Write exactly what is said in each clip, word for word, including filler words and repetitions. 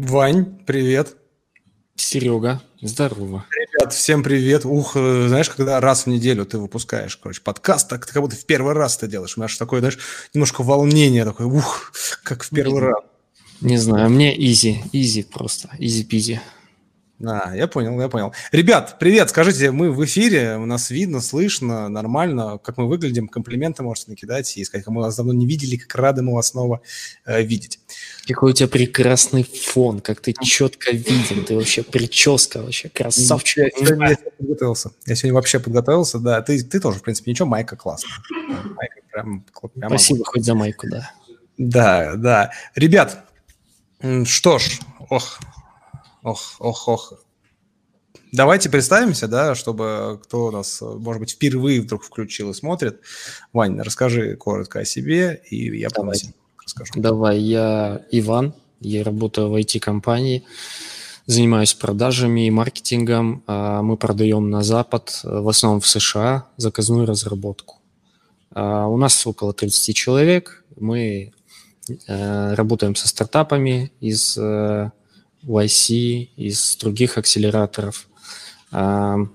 Вань, привет. Серега, здорово. Ребят, всем привет. Ух, знаешь, когда раз в неделю ты выпускаешь, короче, подкаст, так ты как будто в первый раз это делаешь. У нас же такое, знаешь, немножко волнение такое, ух, как в первый не, раз. Не знаю, мне изи, изи просто, изи-пизи. А, я понял, я понял. Ребят, привет, скажите, мы в эфире, у нас видно, слышно, нормально, как мы выглядим, комплименты можете накидать и сказать, мы вас давно не видели, как рады мы вас снова э, видеть. Какой у тебя прекрасный фон, как ты четко виден, ты вообще прическа, вообще красавчик. Я сегодня, я сегодня подготовился, я сегодня вообще подготовился, да, ты, ты тоже, в принципе, ничего, майка классная. Майка прям, прям Спасибо хоть за майку, да. Да, да. Ребят, что ж, ох, ох, ох, ох. Давайте представимся, да, чтобы кто у нас, может быть, впервые вдруг включил и смотрит. Вань, расскажи коротко о себе, и я потом расскажу. Давай, я Иван, я работаю в ай ти-компании, занимаюсь продажами и маркетингом. Мы продаем на Запад, в основном в США, заказную разработку. У нас около тридцать человек, мы работаем со стартапами из вай си, из других акселераторов, там,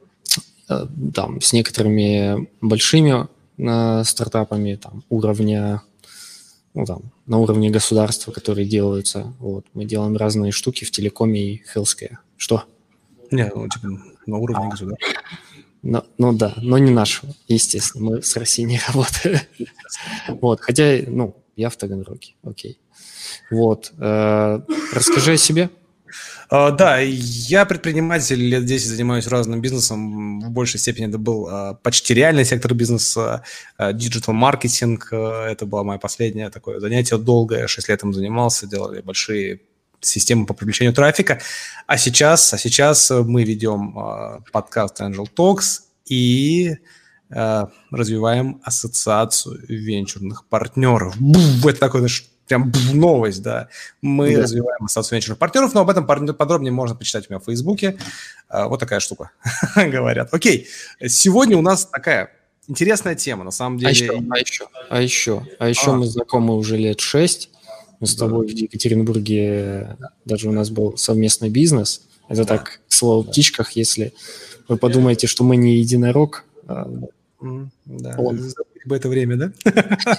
с некоторыми большими стартапами там, уровня, ну, там, на уровне государства, которые делаются. Вот. Мы делаем разные штуки в телекоме и healthcare. Что? Не, ну, типа, на уровне государства. Ну, ну да, но не нашего, естественно. Мы с Россией не работаем. Вот, хотя, ну, я в Таганроге, окей. Вот. Расскажи о себе. Uh, да, я предприниматель, лет десять занимаюсь разным бизнесом. В большей степени это был uh, почти реальный сектор бизнеса, диджитал-маркетинг. Uh, uh, это было мое последнее такое занятие долгое. шесть лет им занимался, делали большие системы по привлечению трафика. А сейчас, а сейчас мы ведем uh, подкаст Angel Talks и uh, развиваем ассоциацию венчурных партнеров. Бух, это такой наш... Прям новость, да. Мы да. развиваем ассоциацию венчурных партнеров, но об этом подробнее можно почитать у меня в Фейсбуке. Вот такая штука, говорят. Окей, сегодня у нас такая интересная тема, на самом деле. А еще, а еще, а еще, а еще а. мы знакомы уже лет шесть. Мы с тобой да. в Екатеринбурге, даже у нас был совместный бизнес. Это да. так, слово в птичках, если вы подумаете, что мы не единорог. Да, забыть бы это время, да?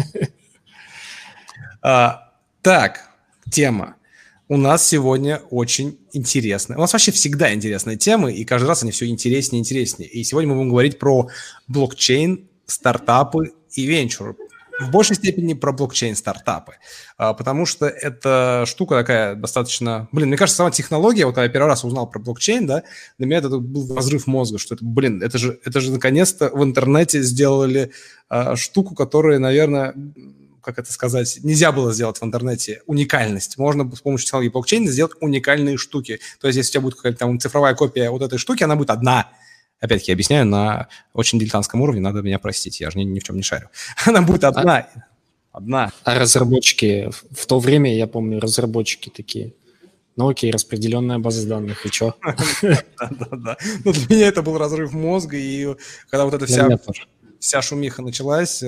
А, так, тема. У нас сегодня очень интересная. У нас вообще всегда интересные темы, и каждый раз они все интереснее и интереснее. И сегодня мы будем говорить про блокчейн, стартапы и венчур. В большей степени про блокчейн-стартапы, а, потому что эта штука такая достаточно... Блин, мне кажется, сама технология, вот когда я первый раз узнал про блокчейн, да, для меня это был разрыв мозга, что это, блин, это же, это же наконец-то в интернете сделали а, штуку, которая, наверное... как это сказать, нельзя было сделать в интернете уникальность. Можно с помощью технологии блокчейна сделать уникальные штуки. То есть, если у тебя будет какая-то там цифровая копия вот этой штуки, она будет одна. Опять-таки, я объясняю на очень дилетантском уровне, надо меня простить, я же ни, ни в чем не шарю. Она будет одна. А, одна. А разработчики, в то время, я помню, разработчики такие, ну окей, распределенная база данных, и что? Да-да-да. Ну, для меня это был разрыв мозга, и когда вот эта вся, вся шумиха началась...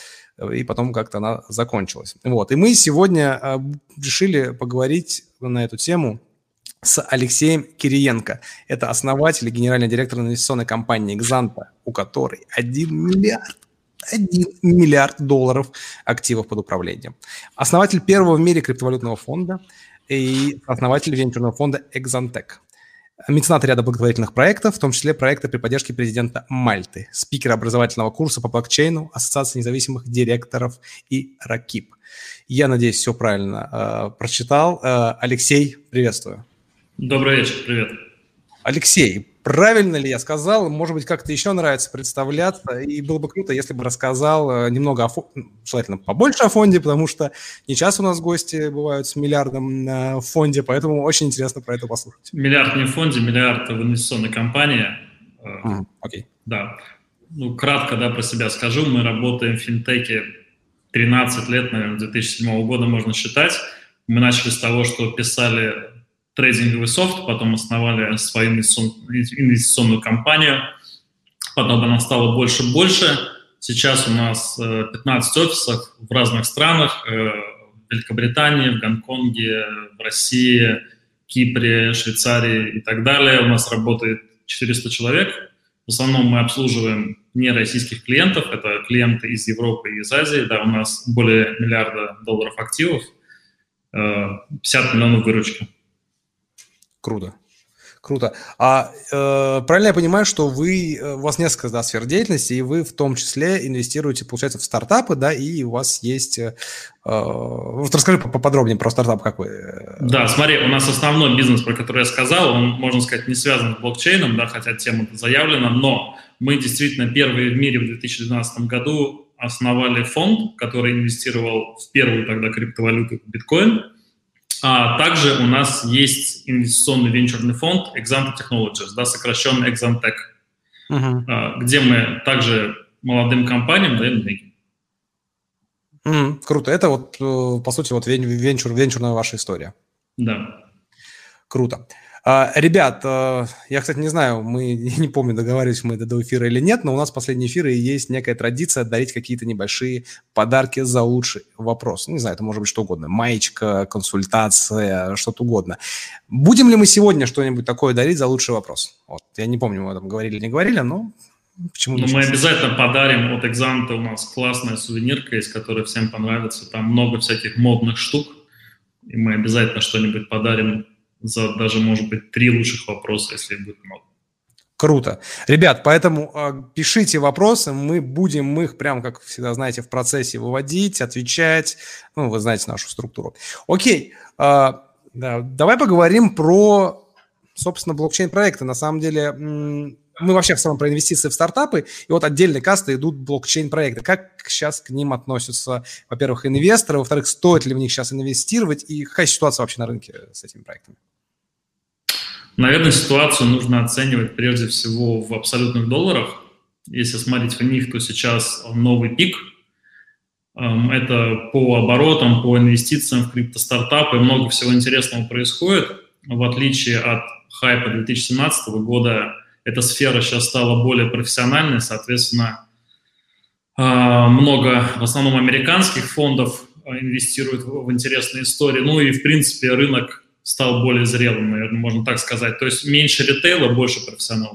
и потом как-то она закончилась. Вот. И мы сегодня э, решили поговорить на эту тему с Алексеем Кириенко. Это основатель и генеральный директор инвестиционной компании «Экзанта», у которой один миллиард, один миллиард долларов активов под управлением. Основатель первого в мире криптовалютного фонда и основатель венчурного фонда «Экзантек». Меценат ряда благотворительных проектов, в том числе проекта при поддержке президента Мальты, спикер образовательного курса по блокчейну, Ассоциации независимых директоров и РАКИП. Я надеюсь, все правильно э, прочитал. Э, Алексей, приветствую. Добрый вечер, привет. Алексей, правильно ли я сказал? Может быть, как-то еще нравится представляться, и было бы круто, если бы рассказал немного, о фо... желательно побольше о фонде, потому что не часто у нас гости бывают с миллиардом в фонде, поэтому очень интересно про это послушать. Миллиард не в фонде, миллиард в инвестиционной компании. Mm, окей. Да. Ну, кратко, да, про себя скажу. Мы работаем в финтеке тринадцать лет, наверное, с две тысячи седьмого года можно считать. Мы начали с того, что писали трейдинговый софт, потом основали свою инвестиционную компанию, потом она стала больше и больше. Сейчас у нас пятнадцать офисов в разных странах, Великобритании, в Гонконге, в России, Кипре, Швейцарии и так далее. У нас работает четыреста человек. В основном мы обслуживаем не российских клиентов, это клиенты из Европы и из Азии. Да, у нас более миллиарда долларов активов, пятьдесят миллионов выручки. Круто. Круто. А э, правильно я понимаю, что вы, у вас несколько да, сфер деятельности, и вы в том числе инвестируете, получается, в стартапы, да, и у вас есть... Э, вот расскажи поподробнее про стартап, как вы... Да, смотри, у нас основной бизнес, про который я сказал, он, можно сказать, не связан с блокчейном, да, хотя тема заявлена, но мы действительно первые в мире в две тысячи двенадцатом году основали фонд, который инвестировал в первую тогда криптовалюту биткоин. А также у нас есть инвестиционный венчурный фонд Exante Technologies, да, сокращенно Exantech, uh-huh. где мы также молодым компаниям даем деньги. Mm, круто. Это вот, по сути, вот венчур, венчурная ваша история. Да. Круто. А, ребят, я, кстати, не знаю, мы не помню, договаривались мы до эфира или нет, но у нас в последние эфиры есть некая традиция дарить какие-то небольшие подарки за лучший вопрос. Не знаю, это может быть что угодно. Маечка, консультация, что-то угодно. Будем ли мы сегодня что-нибудь такое дарить за лучший вопрос? Вот. Я не помню, мы об этом говорили или не говорили, но почему не. Мы обязательно подарим от Exante. У нас классная сувенирка, из которой всем понравится. Там много всяких модных штук, и мы обязательно что-нибудь подарим за даже, может быть, три лучших вопроса, если их будет много. Круто. Ребят, поэтому э, пишите вопросы, мы будем их, прям как всегда, знаете, в процессе выводить, отвечать. Ну, вы знаете нашу структуру. Окей, э, да, давай поговорим про, собственно, блокчейн-проекты. На самом деле, м- мы вообще в целом про инвестиции в стартапы, и вот отдельные касты идут блокчейн-проекты. Как сейчас к ним относятся, во-первых, инвесторы, во-вторых, стоит ли в них сейчас инвестировать, и какая ситуация вообще на рынке с этими проектами? Наверное, ситуацию нужно оценивать прежде всего в абсолютных долларах. Если смотреть в них, то сейчас новый пик. Это по оборотам, по инвестициям в криптостартапы. Много всего интересного происходит. В отличие от хайпа две тысячи семнадцатого года, эта сфера сейчас стала более профессиональной. Соответственно, много, в основном, американских фондов инвестируют в интересные истории. Ну и, в принципе, рынок стал более зрелым, наверное, можно так сказать. То есть меньше ритейла, больше профессионалов.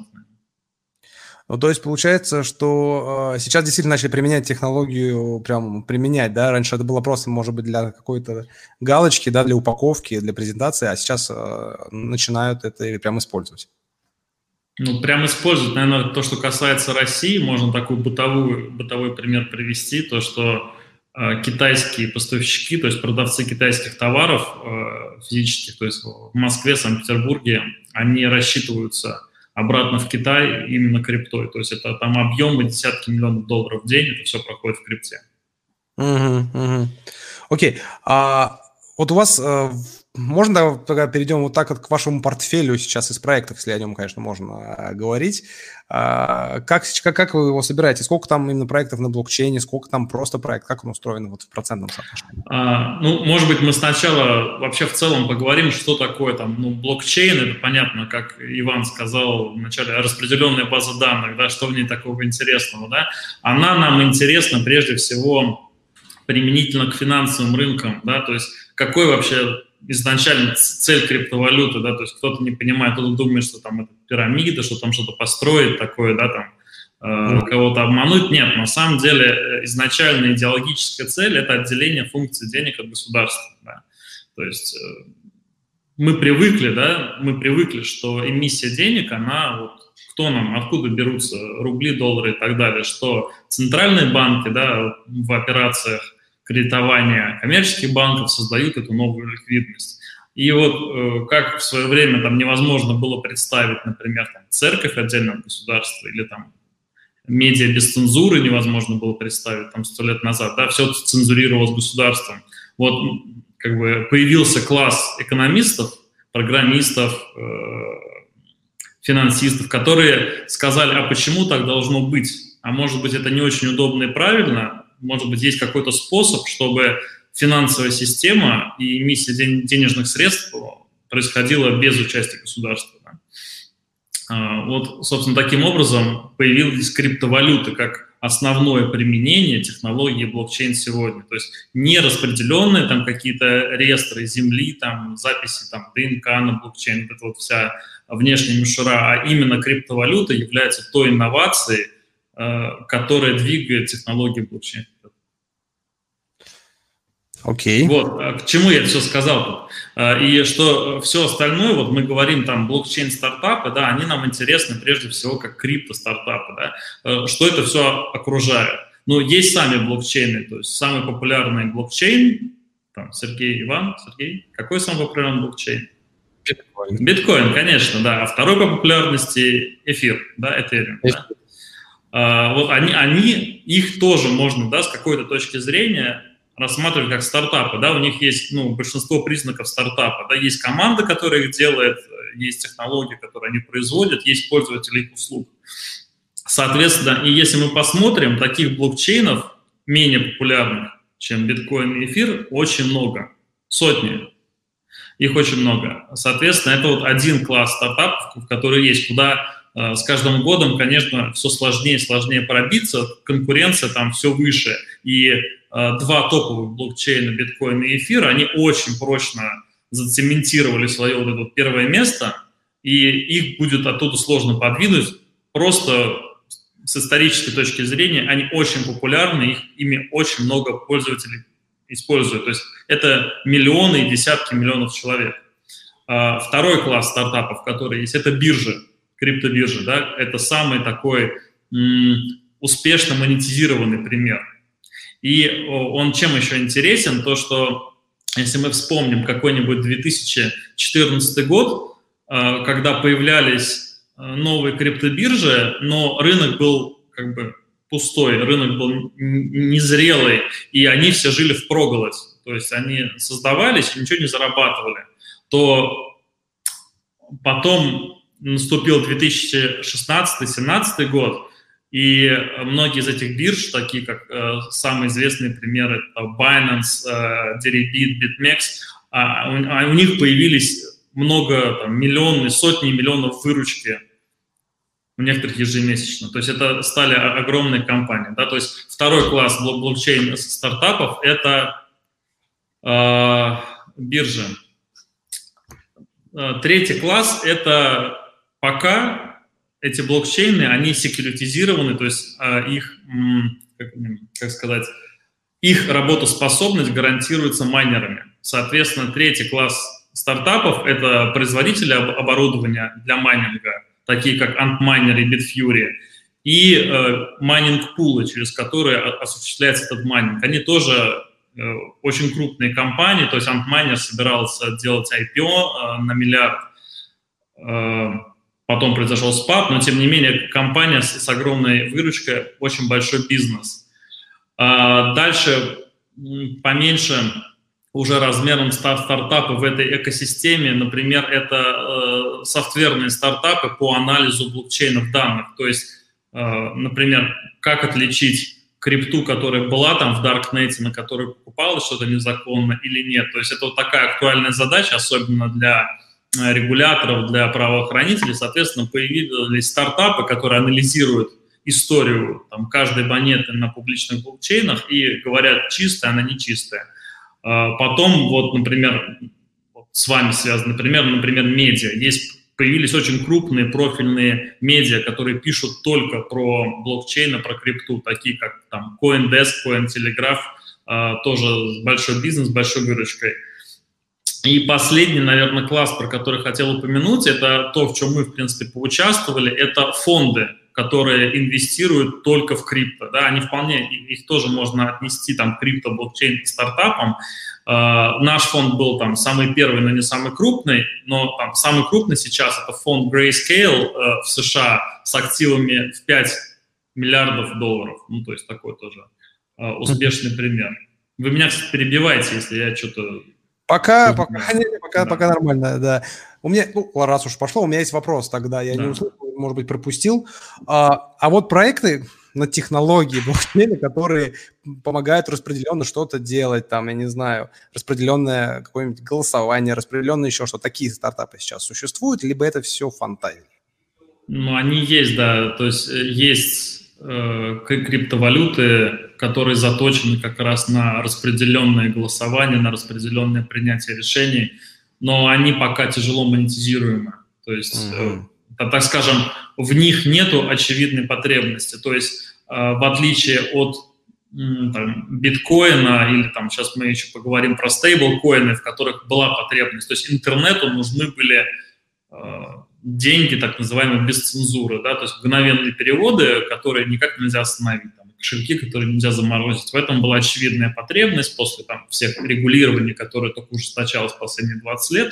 Ну, то есть получается, что э, сейчас действительно начали применять технологию, прям применять, да? Раньше это было просто, может быть, для какой-то галочки, да, для упаковки, для презентации, а сейчас э, начинают это прям использовать. Ну, прям использовать, наверное, то, что касается России, можно такой бытовой, бытовой пример привести, то, что китайские поставщики, то есть продавцы китайских товаров э, физических, то есть в Москве, Санкт-Петербурге, они рассчитываются обратно в Китай именно криптой. То есть это там объемы десятки миллионов долларов в день, это все проходит в крипте. Угу, угу. Окей. А вот у вас, э, можно тогда перейдем вот так вот к вашему портфелю сейчас из проектов, если о нем, конечно, можно э, говорить. А, как, как, как вы его собираете? Сколько там именно проектов на блокчейне, сколько там просто проект? Как он устроен вот в процентном соотношении? А, ну, может быть, мы сначала вообще в целом поговорим, что такое там, ну, блокчейн. Это понятно, как Иван сказал вначале, распределенная база данных, да, что в ней такого интересного, да? Она нам интересна прежде всего применительно к финансовым рынкам, да, то есть какой вообще изначально цель криптовалюты, да, то есть кто-то не понимает, кто-то думает, что там это пирамида, что там что-то построить такое, да, там э, кого-то обмануть. Нет, на самом деле изначально идеологическая цель – это отделение функций денег от государства, да. То есть э, мы привыкли, да, мы привыкли, что эмиссия денег, она вот, кто нам, откуда берутся рубли, доллары и так далее, что центральные банки, да, в операциях кредитования коммерческих банков создают эту новую ликвидность. И вот э, как в свое время там невозможно было представить, например, там, церковь отдельного государства или там медиа без цензуры невозможно было представить там сто лет назад, да, все цензурировалось государством. Вот как бы появился класс экономистов, программистов, э, финансистов, которые сказали, а почему так должно быть? А может быть, это не очень удобно и правильно? Может быть, есть какой-то способ, чтобы финансовая система и эмиссия денежных средств происходила без участия государства. Да? Вот, собственно, таким образом появились криптовалюты как основное применение технологии блокчейн сегодня. То есть не распределенные там какие-то реестры земли, там записи там ДНК на блокчейн, это вот вся внешняя мишура, а именно криптовалюта является той инновацией, которая двигает технологию блокчейн. Окей. Okay. Вот, к чему я это все сказал. И что все остальное, вот мы говорим там блокчейн-стартапы, да, они нам интересны прежде всего как крипто-стартапы, да. Что это все окружает? Ну, есть сами блокчейны, то есть самый популярный блокчейн, там, Сергей, Иван, Сергей, какой самый популярный блокчейн? Биткоин. Биткоин, конечно, да. А второй по популярности эфир, да, Ethereum. Да. А, вот они, они, их тоже можно, да, с какой-то точки зрения рассматривать как стартапы, да, у них есть, ну, большинство признаков стартапа, да, есть команда, которая их делает, есть технологии, которые они производят, есть пользователи их услуг. Соответственно, и если мы посмотрим, таких блокчейнов, менее популярных, чем биткоин и эфир, очень много, сотни, их очень много. Соответственно, это вот один класс стартапов, который есть, куда э, с каждым годом, конечно, все сложнее и сложнее пробиться, конкуренция там все выше, и два топовых блокчейна, биткоин и эфир, они очень прочно зацементировали свое вот это вот первое место, и их будет оттуда сложно подвинуть. Просто с исторической точки зрения они очень популярны, их, ими очень много пользователей используют. То есть это миллионы и десятки миллионов человек. Второй класс стартапов, которые есть, это биржи, криптобиржи. Да? Это самый такой м- успешно монетизированный пример. И он чем еще интересен, то что, если мы вспомним какой-нибудь две тысячи четырнадцатый год, когда появлялись новые криптобиржи, но рынок был как бы пустой, рынок был незрелый, и они все жили впроголодь, то есть они создавались и ничего не зарабатывали, то потом наступил две тысячи шестнадцатый — две тысячи семнадцатый год, и многие из этих бирж, такие как э, самые известные примеры Binance, э, Deribit, BitMEX, а, у, а у них появились много, там, миллионы, сотни миллионов выручки, у некоторых ежемесячно. То есть это стали огромные компании. Да? То есть второй класс блокчейн стартапов – это э, биржи. Третий класс – это пока… Эти блокчейны, они секьюритизированы, то есть э, их, м, как, как сказать, их работоспособность гарантируется майнерами. Соответственно, третий класс стартапов – это производители оборудования для майнинга, такие как Antminer и Bitfury, и э, майнинг-пулы, через которые осуществляется этот майнинг. Они тоже э, очень крупные компании, то есть Antminer собирался делать ай пи о э, на миллиард, э, потом произошел спад, но, тем не менее, компания с, с огромной выручкой, очень большой бизнес. А дальше, поменьше, уже размером стар стартапы в этой экосистеме, например, это э, софтверные стартапы по анализу блокчейнов данных. То есть, э, например, как отличить крипту, которая была там в Даркнете, на которой покупалось что-то незаконно или нет. То есть это вот такая актуальная задача, особенно для регуляторов, для правоохранителей. Соответственно, появились стартапы, которые анализируют историю там, каждой монеты на публичных блокчейнах и говорят, чистая она, нечистая. Потом, вот, например, с вами связан, например, например, медиа. Есть, появились очень крупные профильные медиа, которые пишут только про блокчейн, про крипту, такие как там CoinDesk, Cointelegraph, тоже большой бизнес, большой выручкой. И последний, наверное, класс, про который хотел упомянуть, это то, в чем мы, в принципе, поучаствовали, это фонды, которые инвестируют только в крипто. Да, они вполне, их тоже можно отнести там, к крипто-блокчейн стартапам. Uh, наш фонд был там самый первый, но не самый крупный, но там, самый крупный сейчас это фонд Grayscale uh, в США с активами в пять миллиардов долларов. Ну, то есть такой тоже uh, успешный пример. Вы меня, кстати, перебиваете, если я что-то... Пока, пока, не, пока, да. пока нормально, да. У меня, ну, раз уж пошло, у меня есть вопрос тогда, я да. не услышал, может быть, пропустил. А, а вот проекты на технологии блокчейна, которые помогают распределенно что-то делать, там, я не знаю, распределенное какое-нибудь голосование, распределенное еще что-то. Такие стартапы сейчас существуют, либо это все фантазия? Ну, они есть, да, то есть есть э, криптовалюты, которые заточены как раз на распределенное голосование, на распределенное принятие решений, но они пока тяжело монетизируемы. То есть, mm-hmm. э, так скажем, в них нету очевидной потребности. То есть, э, в отличие от там, биткоина, или там сейчас мы еще поговорим про стейблкоины, в которых была потребность. То есть интернету нужны были э, деньги, так называемые, без цензуры, да, то есть мгновенные переводы, которые никак нельзя остановить, там, кошельки, которые нельзя заморозить. В этом была очевидная потребность после там, всех регулирований, которые только ужесточалось последние двадцать лет.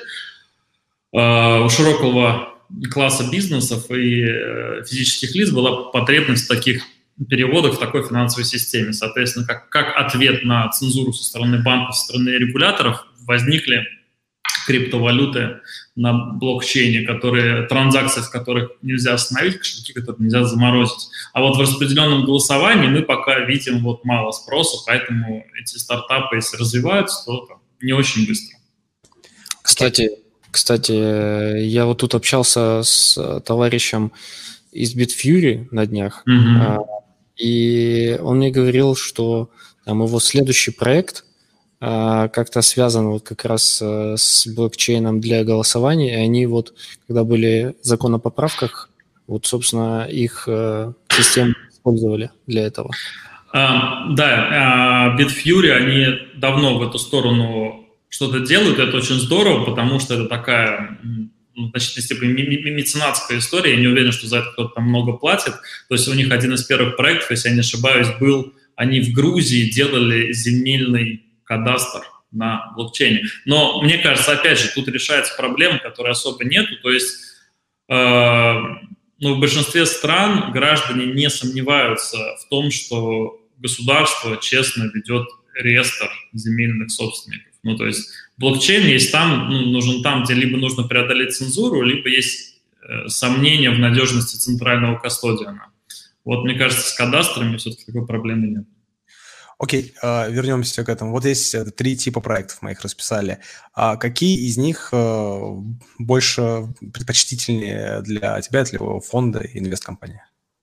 Э, у широкого класса бизнесов и э, физических лиц была потребность в таких переводов в такой финансовой системе. Соответственно, как, как ответ на цензуру со стороны банков, со стороны регуляторов, возникли криптовалюты на блокчейне, которые, транзакции, в которых нельзя остановить, кошельки, которые нельзя заморозить. А вот в распределенном голосовании мы пока видим вот мало спроса, поэтому эти стартапы, если развиваются, то там, не очень быстро. Кстати, кстати, я вот тут общался с товарищем из Bitfury на днях, mm-hmm. и он мне говорил, что там его следующий проект а, как-то связан вот как раз а, с блокчейном для голосования, и они вот, когда были в законопоправках, вот, собственно, их а, систему использовали для этого. А, да, Bitfury, они давно в эту сторону что-то делают, это очень здорово, потому что это такая... в значительной степени меценатская история, я не уверен, что за это кто-то там много платит. То есть у них один из первых проектов, если я не ошибаюсь, был, они в Грузии делали земельный кадастр на блокчейне. Но мне кажется, опять же, тут решается проблема, которой особо нету. То есть э, ну, в большинстве стран граждане не сомневаются в том, что государство честно ведет реестр земельных собственников. Ну, то есть блокчейн есть там, ну, нужен там, где либо нужно преодолеть цензуру, либо есть э, сомнения в надежности центрального кастодиана. Вот, мне кажется, с кадастрами все-таки такой проблемы нет. Окей, okay, uh, вернемся к этому. Вот есть uh, три типа проектов, мы их расписали. Uh, какие из них uh, больше предпочтительнее для тебя, для твоего фонда и инвесткомпании?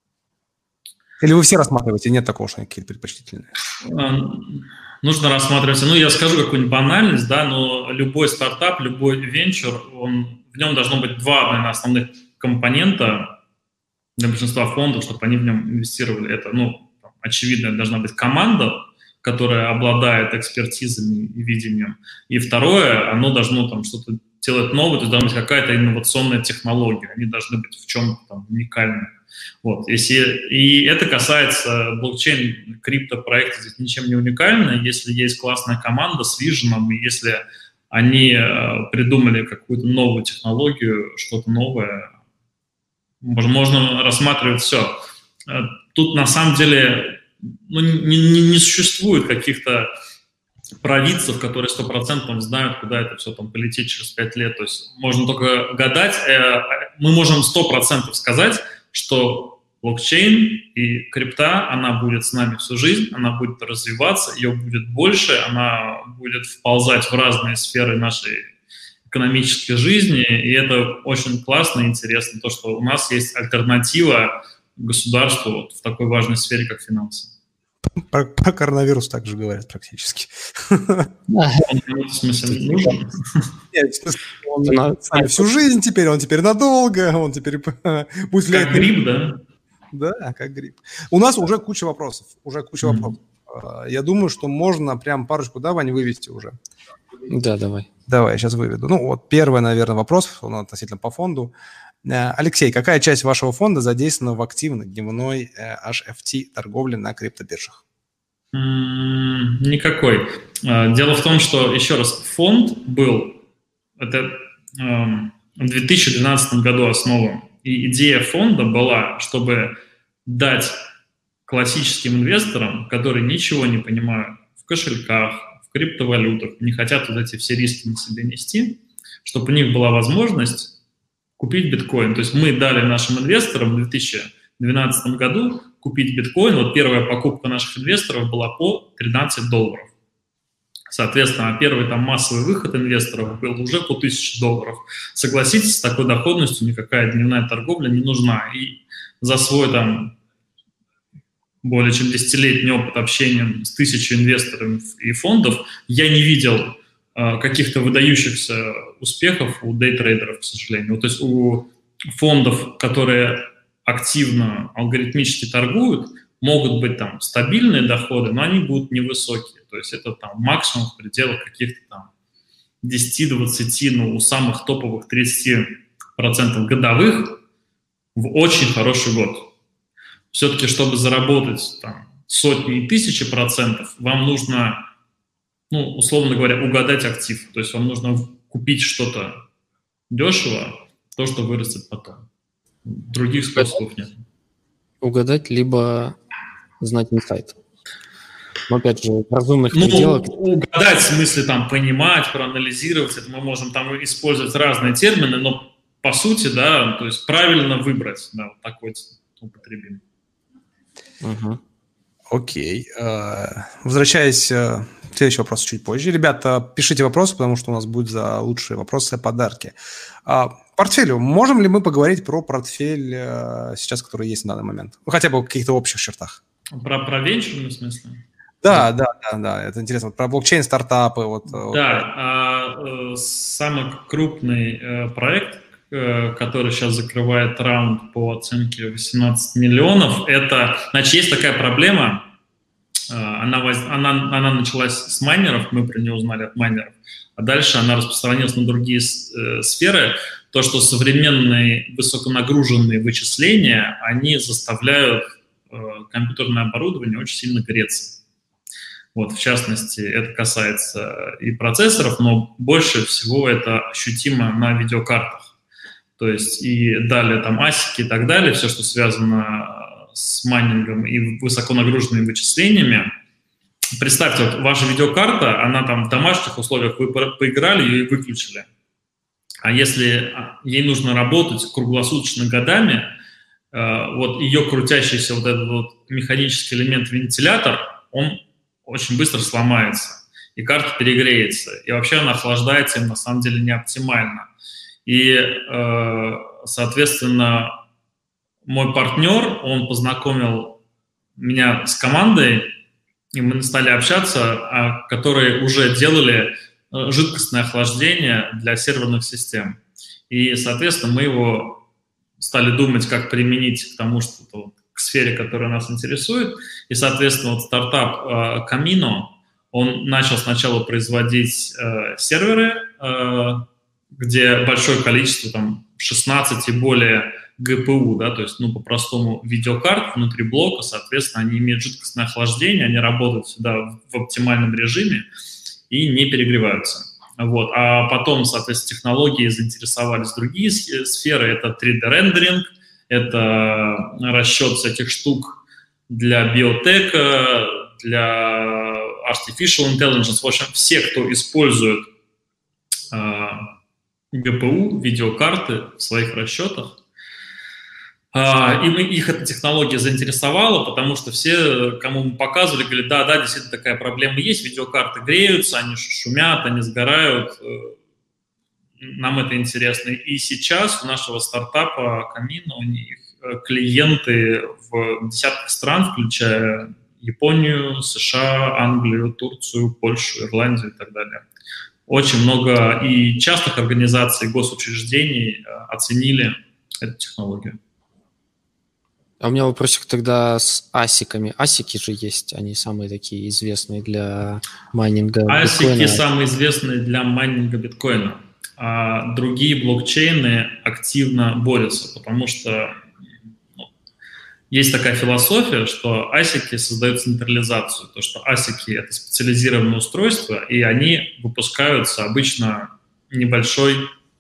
Или вы все рассматриваете, нет такого, что они какие-то предпочтительные? Uh, нужно рассматривать. Ну, я скажу какую-нибудь банальность, да, но любой стартап, любой венчур, он, в нем должно быть два, наверное, основных компонента для большинства фондов, чтобы они в нем инвестировали. Это, ну, очевидно, должна быть команда, которая обладает экспертизами и видением. И второе, оно должно там что-то делать новое, то есть должна быть какая-то инновационная технология. Они должны быть в чем-то там уникальны. Вот. Если, и это касается блокчейн, криптопроекта здесь ничем не уникально. Если есть классная команда с виженом, и если они э, придумали какую-то новую технологию, что-то новое, можно рассматривать все. Тут на самом деле ну, не, не, не существует каких-то провидцев, которые стопроцентно знают, куда это все там полетит через пять лет. То есть можно только гадать. Мы можем сто процентов сказать, что блокчейн и крипта, она будет с нами всю жизнь, она будет развиваться, ее будет больше, она будет вползать в разные сферы нашей экономической жизни, и это очень классно и интересно, то, что у нас есть альтернатива государству вот в такой важной сфере, как финансы. Про, про коронавирус также говорят практически. В смысле, не нужен? Нет, он всю жизнь теперь, он теперь надолго, он теперь будет влиять... Как грипп, да? Да, как грипп. У нас уже куча вопросов, уже куча mm-hmm. вопросов. Я думаю, что можно прям парочку, да, Вань, вывести уже. Да, давай. Давай, я сейчас выведу. Ну, вот первый, наверное, вопрос, он относительно по фонду. Алексей, какая часть вашего фонда задействована в активной дневной эйч эф ти торговле на криптобиржах? Mm, никакой. Дело в том, что, еще раз, фонд был, это эм, в две тысячи двенадцатом году основан. И идея фонда была, чтобы дать классическим инвесторам, которые ничего не понимают в кошельках, в криптовалютах, не хотят вот эти все риски на себе нести, чтобы у них была возможность купить биткоин. То есть мы дали нашим инвесторам в две тысячи двенадцатом году купить биткоин. Вот первая покупка наших инвесторов была по тринадцать долларов. Соответственно, первый там массовый выход инвесторов был уже по тысяче долларов. Согласитесь, с такой доходностью никакая дневная торговля не нужна. И за свой там более чем десятилетний опыт общения с тысячей инвесторов и фондов, я не видел э, каких-то выдающихся успехов у дейтрейдеров, к сожалению. То есть у фондов, которые активно алгоритмически торгуют, могут быть там стабильные доходы, но они будут невысокие. То есть это там максимум в пределах каких-то там десять-двадцать, ну, у самых топовых тридцать процентов годовых в очень хороший год. Все-таки, чтобы заработать там сотни и тысячи процентов, вам нужно, ну, условно говоря, угадать актив. То есть вам нужно купить что-то дешево, то, что вырастет потом. Других способов нет. Угадать, либо знать инсайт. Но опять же, в разумных ну, пределах... Угадать, в смысле там понимать, проанализировать, это мы можем там использовать разные термины, но по сути, да, то есть правильно выбрать, да, вот такой употребим. Угу. Окей. Возвращаясь к следующему вопросу чуть позже. Ребята, пишите вопросы, потому что у нас будет за лучшие вопросы подарки. Портфелю. Можем ли мы поговорить про портфель сейчас, который есть на данный момент? Ну, хотя бы в каких-то общих чертах. Про, про венчурный в смысле? Да, да, да, да, это интересно. Вот про блокчейн, стартапы. Вот, да, вот. А, самый крупный проект, который сейчас закрывает раунд по оценке восемнадцать миллионов, это, значит, есть такая проблема, она, она, она началась с майнеров, мы про нее узнали от майнеров, а дальше она распространилась на другие сферы, то, что современные высоконагруженные вычисления, они заставляют компьютерное оборудование очень сильно греться. Вот, в частности, это касается и процессоров, но больше всего это ощутимо на видеокартах. То есть и далее там асики и так далее, все, что связано с майнингом и высоконагруженными вычислениями. Представьте, вот ваша видеокарта, она там в домашних условиях, вы поиграли ее и выключили. А если ей нужно работать круглосуточно годами, вот ее крутящийся вот этот вот механический элемент вентилятор, он очень быстро сломается, и карта перегреется, и вообще она охлаждается им на самом деле не оптимально. И, соответственно, мой партнер, он познакомил меня с командой, и мы стали общаться, которые уже делали жидкостное охлаждение для серверных систем. И, соответственно, мы его стали думать, как применить к тому, что к сфере, которая нас интересует. И, соответственно, вот стартап Camino, он начал сначала производить серверы, где большое количество, там, шестнадцать и более ГПУ, да, то есть, ну, по-простому, видеокарт внутри блока, соответственно, они имеют жидкостное охлаждение, они работают всегда в оптимальном режиме и не перегреваются. Вот. А потом, соответственно, технологии заинтересовались другие сферы, это три дэ-рендеринг, это расчет всяких штук для биотека, для artificial intelligence, в общем, все, кто использует ГПУ, видеокарты в своих расчетах. И их эта технология заинтересовала, потому что все, кому мы показывали, говорили, да, да, действительно такая проблема есть, видеокарты греются, они шумят, они сгорают, нам это интересно. И сейчас у нашего стартапа Camino у них клиенты в десятках стран, включая Японию, США, Англию, Турцию, Польшу, Ирландию и так далее. Очень много и частных организаций, госучреждений оценили эту технологию. А у меня вопросик тогда с асиками. Асики же есть, они самые такие известные для майнинга асики биткоина. Самые известные для майнинга биткоина. А другие блокчейны активно борются, потому что ну, есть такая философия, что асики создают централизацию. То, что асики — это специализированное устройство, и они выпускаются обычно небольшой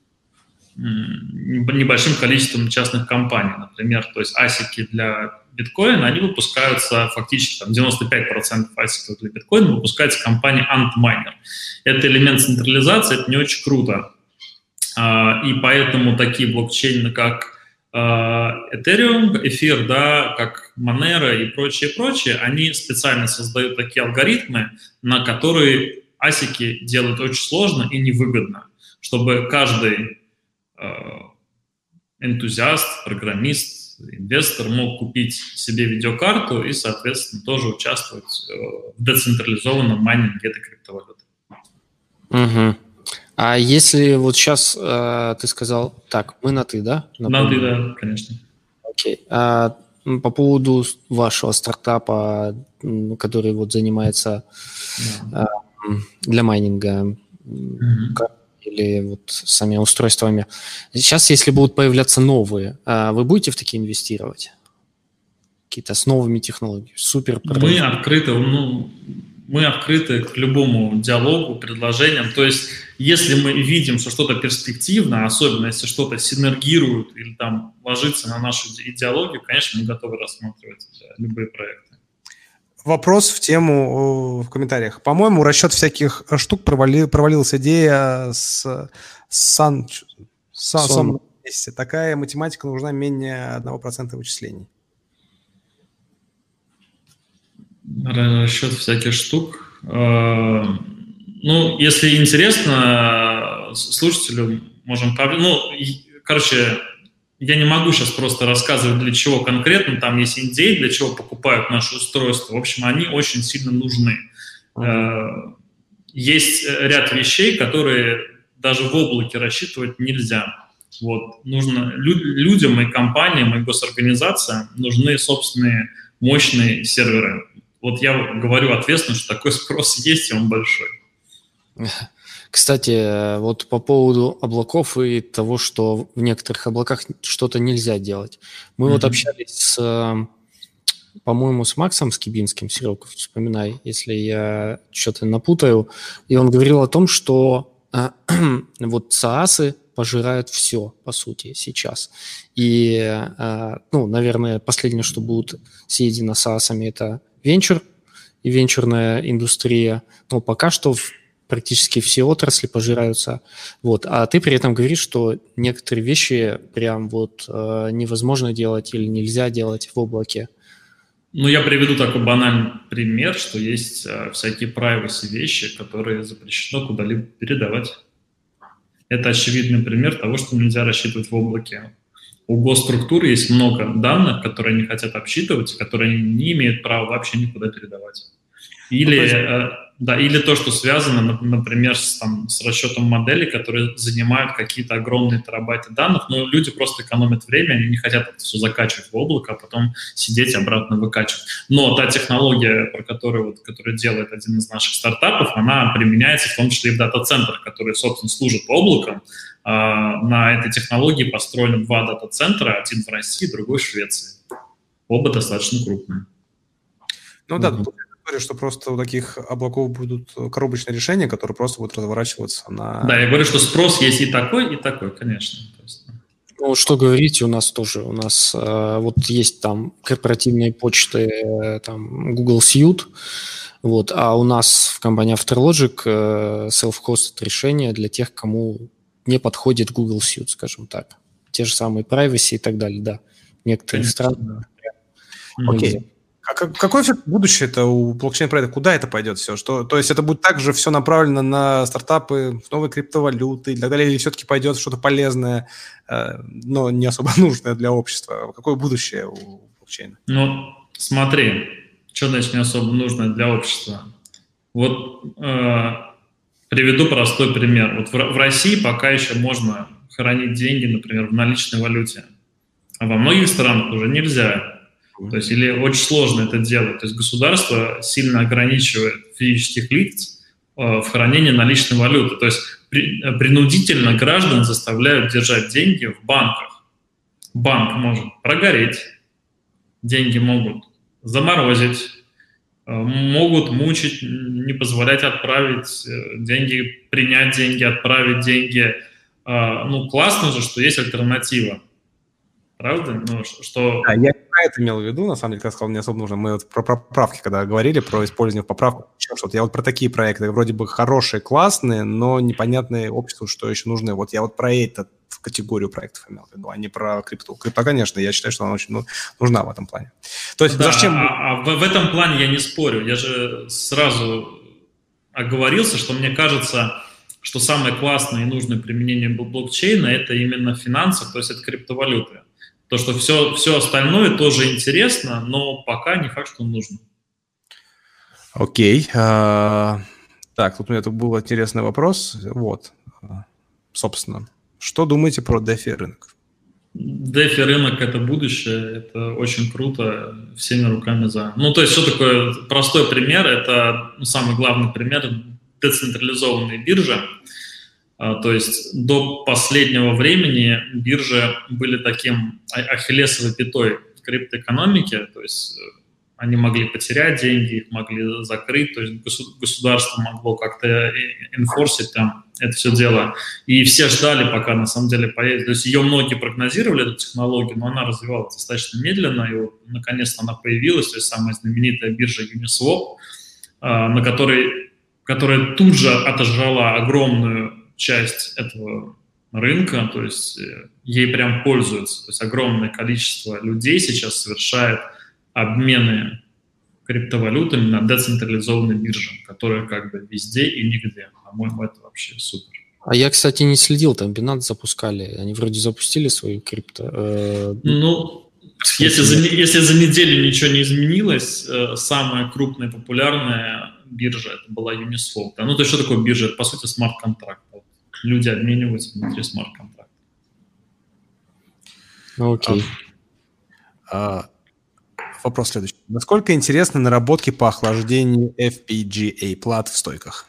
небольшим количеством частных компаний, например, то есть асики для биткоина, они выпускаются фактически, там, девяносто пять процентов асиков для биткоина выпускается компания Antminer. Это элемент централизации, это не очень круто. И поэтому такие блокчейны, как Ethereum, эфир, да, как Monero и прочее, прочее, они специально создают такие алгоритмы, на которые асики делают очень сложно и невыгодно, чтобы каждый энтузиаст, программист, инвестор мог купить себе видеокарту и, соответственно, тоже участвовать в децентрализованном майнинге этой криптовалюты. Угу. А если вот сейчас э, ты сказал, так, мы на «ты», да? На «ты», да, конечно. Окей. А по поводу вашего стартапа, который вот занимается да. э, для майнинга, mm-hmm. или вот самими устройствами. Сейчас, если будут появляться новые, вы будете в такие инвестировать? Какие-то с новыми технологиями? Супер. Мы открыты, ну, мы открыты к любому диалогу, предложениям. То есть, если мы видим, что что-то перспективно, особенно если что-то синергирует или там ложится на нашу идеологию, конечно, мы готовы рассматривать любые проекты. Вопрос в тему в комментариях. По-моему, расчет всяких штук провали, провалилась идея с сан, сан, сан, такая математика нужна менее одного процента вычислений. Расчет всяких штук. Ну, если интересно, слушателю можем... Ну, короче... Я не могу сейчас просто рассказывать, для чего конкретно, там есть идеи, для чего покупают наши устройства. В общем, они очень сильно нужны. Mm-hmm. Есть ряд вещей, которые даже в облаке рассчитывать нельзя. Вот. Нужно, людям и компаниям, и госорганизациям нужны собственные мощные серверы. Вот я говорю ответственно, что такой спрос есть, и он большой. Кстати, вот по поводу облаков и того, что в некоторых облаках что-то нельзя делать. Мы mm-hmm. вот общались с, по-моему, с Максом Скибинским, Серега, вспоминай, если я что-то напутаю, и он говорил о том, что э, вот саасы пожирают все, по сути, сейчас. И, э, ну, наверное, последнее, что будут съедено саасами, это венчур и венчурная индустрия. Но пока что в практически все отрасли пожираются. Вот. А ты при этом говоришь, что некоторые вещи прям вот э, невозможно делать или нельзя делать в облаке. Ну, я приведу такой банальный пример, что есть э, всякие privacy вещи, которые запрещено куда-либо передавать. Это очевидный пример того, что нельзя рассчитывать в облаке. У госструктуры есть много данных, которые они хотят обсчитывать, которые они не имеют права вообще никуда передавать. Или... Ну, есть... Да, или то, что связано, например, с, там, с расчетом моделей, которые занимают какие-то огромные терабайты данных, но люди просто экономят время, они не хотят это все закачивать в облако, а потом сидеть обратно выкачивать. Но та технология, про которую, вот, которую делает один из наших стартапов, она применяется в том числе и в дата-центрах, которые, собственно, служат облаком. А, на этой технологии построены два дата-центра, один в России, другой в Швеции. Оба достаточно крупные. Ну да, mm-hmm. что просто у таких облаков будут коробочные решения, которые просто будут разворачиваться на... Да, я говорю, что спрос есть и такой, и такой, конечно. То есть... Ну, что говорить, у нас тоже, у нас э, вот есть там корпоративные почты, э, там Google Suite, вот, а у нас в компании Afterlogic э, self-hosted решения для тех, кому не подходит Google Suite, скажем так. Те же самые privacy и так далее, да. Некоторые страны... Да. Окей. Okay. А какое будущее-то у блокчейн-проекта? Куда это пойдет все? Что, то есть это будет также все направлено на стартапы, новые криптовалюты и так далее, или все-таки пойдет что-то полезное, но не особо нужное для общества? Какое будущее у блокчейна? Ну, смотри, что значит не особо нужное для общества? Вот э, приведу простой пример. Вот в, в России пока еще можно хранить деньги, например, в наличной валюте, а во многих странах уже нельзя. То есть, или очень сложно это делать. То есть государство сильно ограничивает физических лиц э, в хранении наличной валюты. То есть при, принудительно граждан заставляют держать деньги в банках. Банк может прогореть, деньги могут заморозить, э, могут мучить, не позволять отправить э, деньги, принять деньги, отправить деньги. Э, ну, классно же, что есть альтернатива. Правда? Ну, что... Да, я про это имел в виду, на самом деле, когда сказал, не особо нужно. Мы вот про поправки, когда говорили, про использование в поправках, что-то. Я вот про такие проекты, вроде бы хорошие, классные, но непонятные обществу, что еще нужны. Вот я вот про эту категорию проектов имел в виду, а не про крипту. Крипта, конечно, я считаю, что она очень ну, нужна в этом плане. То есть, да, зачем... а, а в, в этом плане я не спорю. Я же сразу оговорился, что мне кажется, что самое классное и нужное применение блокчейна – это именно финансы, то есть это криптовалюты. То, что все, все остальное тоже интересно, но пока не факт, что нужно. Окей. А, так, тут у меня тут был интересный вопрос. Вот, собственно, что думаете про DeFi рынок? DeFi рынок – это будущее, это очень круто, всеми руками за. Ну, то есть, что такое простой пример? Это ну, самый главный пример – децентрализованные биржи. А, то есть, до последнего времени биржи были таким ахиллесовой пятой в криптоэкономике, то есть они могли потерять деньги, их могли закрыть, то есть государство могло как-то энфорсить там это все дело. И все ждали, пока на самом деле появится. То есть ее многие прогнозировали, эту технологию, но она развивалась достаточно медленно, и вот наконец-то она появилась, то есть самая знаменитая биржа Uniswap, на которой, которая тут же отожрала огромную часть этого рынка, то есть ей прям пользуются. То есть огромное количество людей сейчас совершает обмены криптовалютами на децентрализованной бирже, которая как бы везде и нигде. По-моему, это вообще супер. А я, кстати, не следил, там Binance запускали, они вроде запустили свою крипто. Э, ну, если за, если за неделю ничего не изменилось, э, самая крупная популярная биржа это была Uniswap. Да? Ну, то есть что такое биржа? Это, по сути, смарт-контракт. Люди обмениваются внутри смарт-контракта. Ну, окей. А, вопрос следующий. Насколько интересны наработки по охлаждению эф пи джи эй плат в стойках?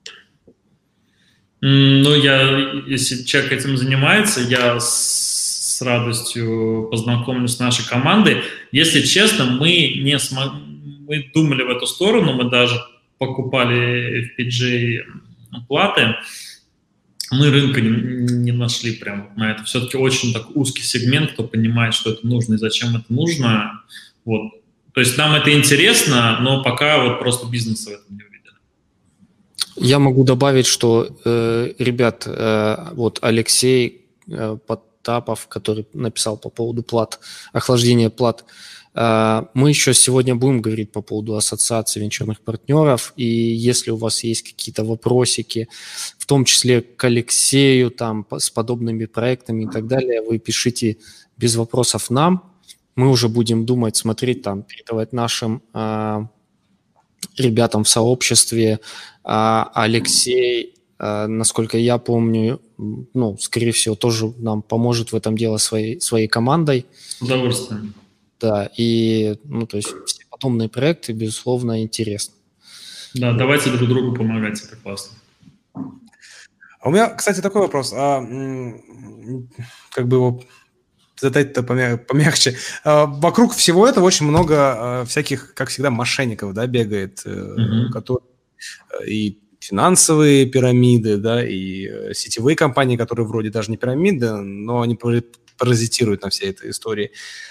Ну, я, если человек этим занимается, я с, с радостью познакомлюсь с нашей командой. Если честно, мы не смог... мы думали в эту сторону, мы даже покупали эф пи джи платы, мы рынка не, не нашли прямо на это. Все-таки очень так узкий сегмент, кто понимает, что это нужно и зачем это нужно. Вот. То есть нам это интересно, но пока вот просто бизнеса в этом не увидели. Я могу добавить, что, э, ребят, э, вот Алексей э, Потапов, который написал по поводу плат, охлаждения плат, э, мы еще сегодня будем говорить по поводу ассоциации венчурных партнеров, и если у вас есть какие-то вопросики, в том числе к Алексею, там, с подобными проектами и так далее, вы пишите без вопросов нам, мы уже будем думать, смотреть, там, передавать нашим э, ребятам в сообществе. А Алексей, а, насколько я помню, ну, скорее всего, тоже нам поможет в этом деле своей, своей командой. С удовольствием. Да, и, ну, то есть все подобные проекты, безусловно, интересны. Да, давайте друг другу помогать, это классно. А у меня, кстати, такой вопрос. А, как бы его задать-то помягче. А, вокруг всего этого очень много а, всяких, как всегда, мошенников, да, бегает, mm-hmm. которые и финансовые пирамиды, да, и сетевые компании, которые вроде даже не пирамиды, но они паразитируют на всей этой истории.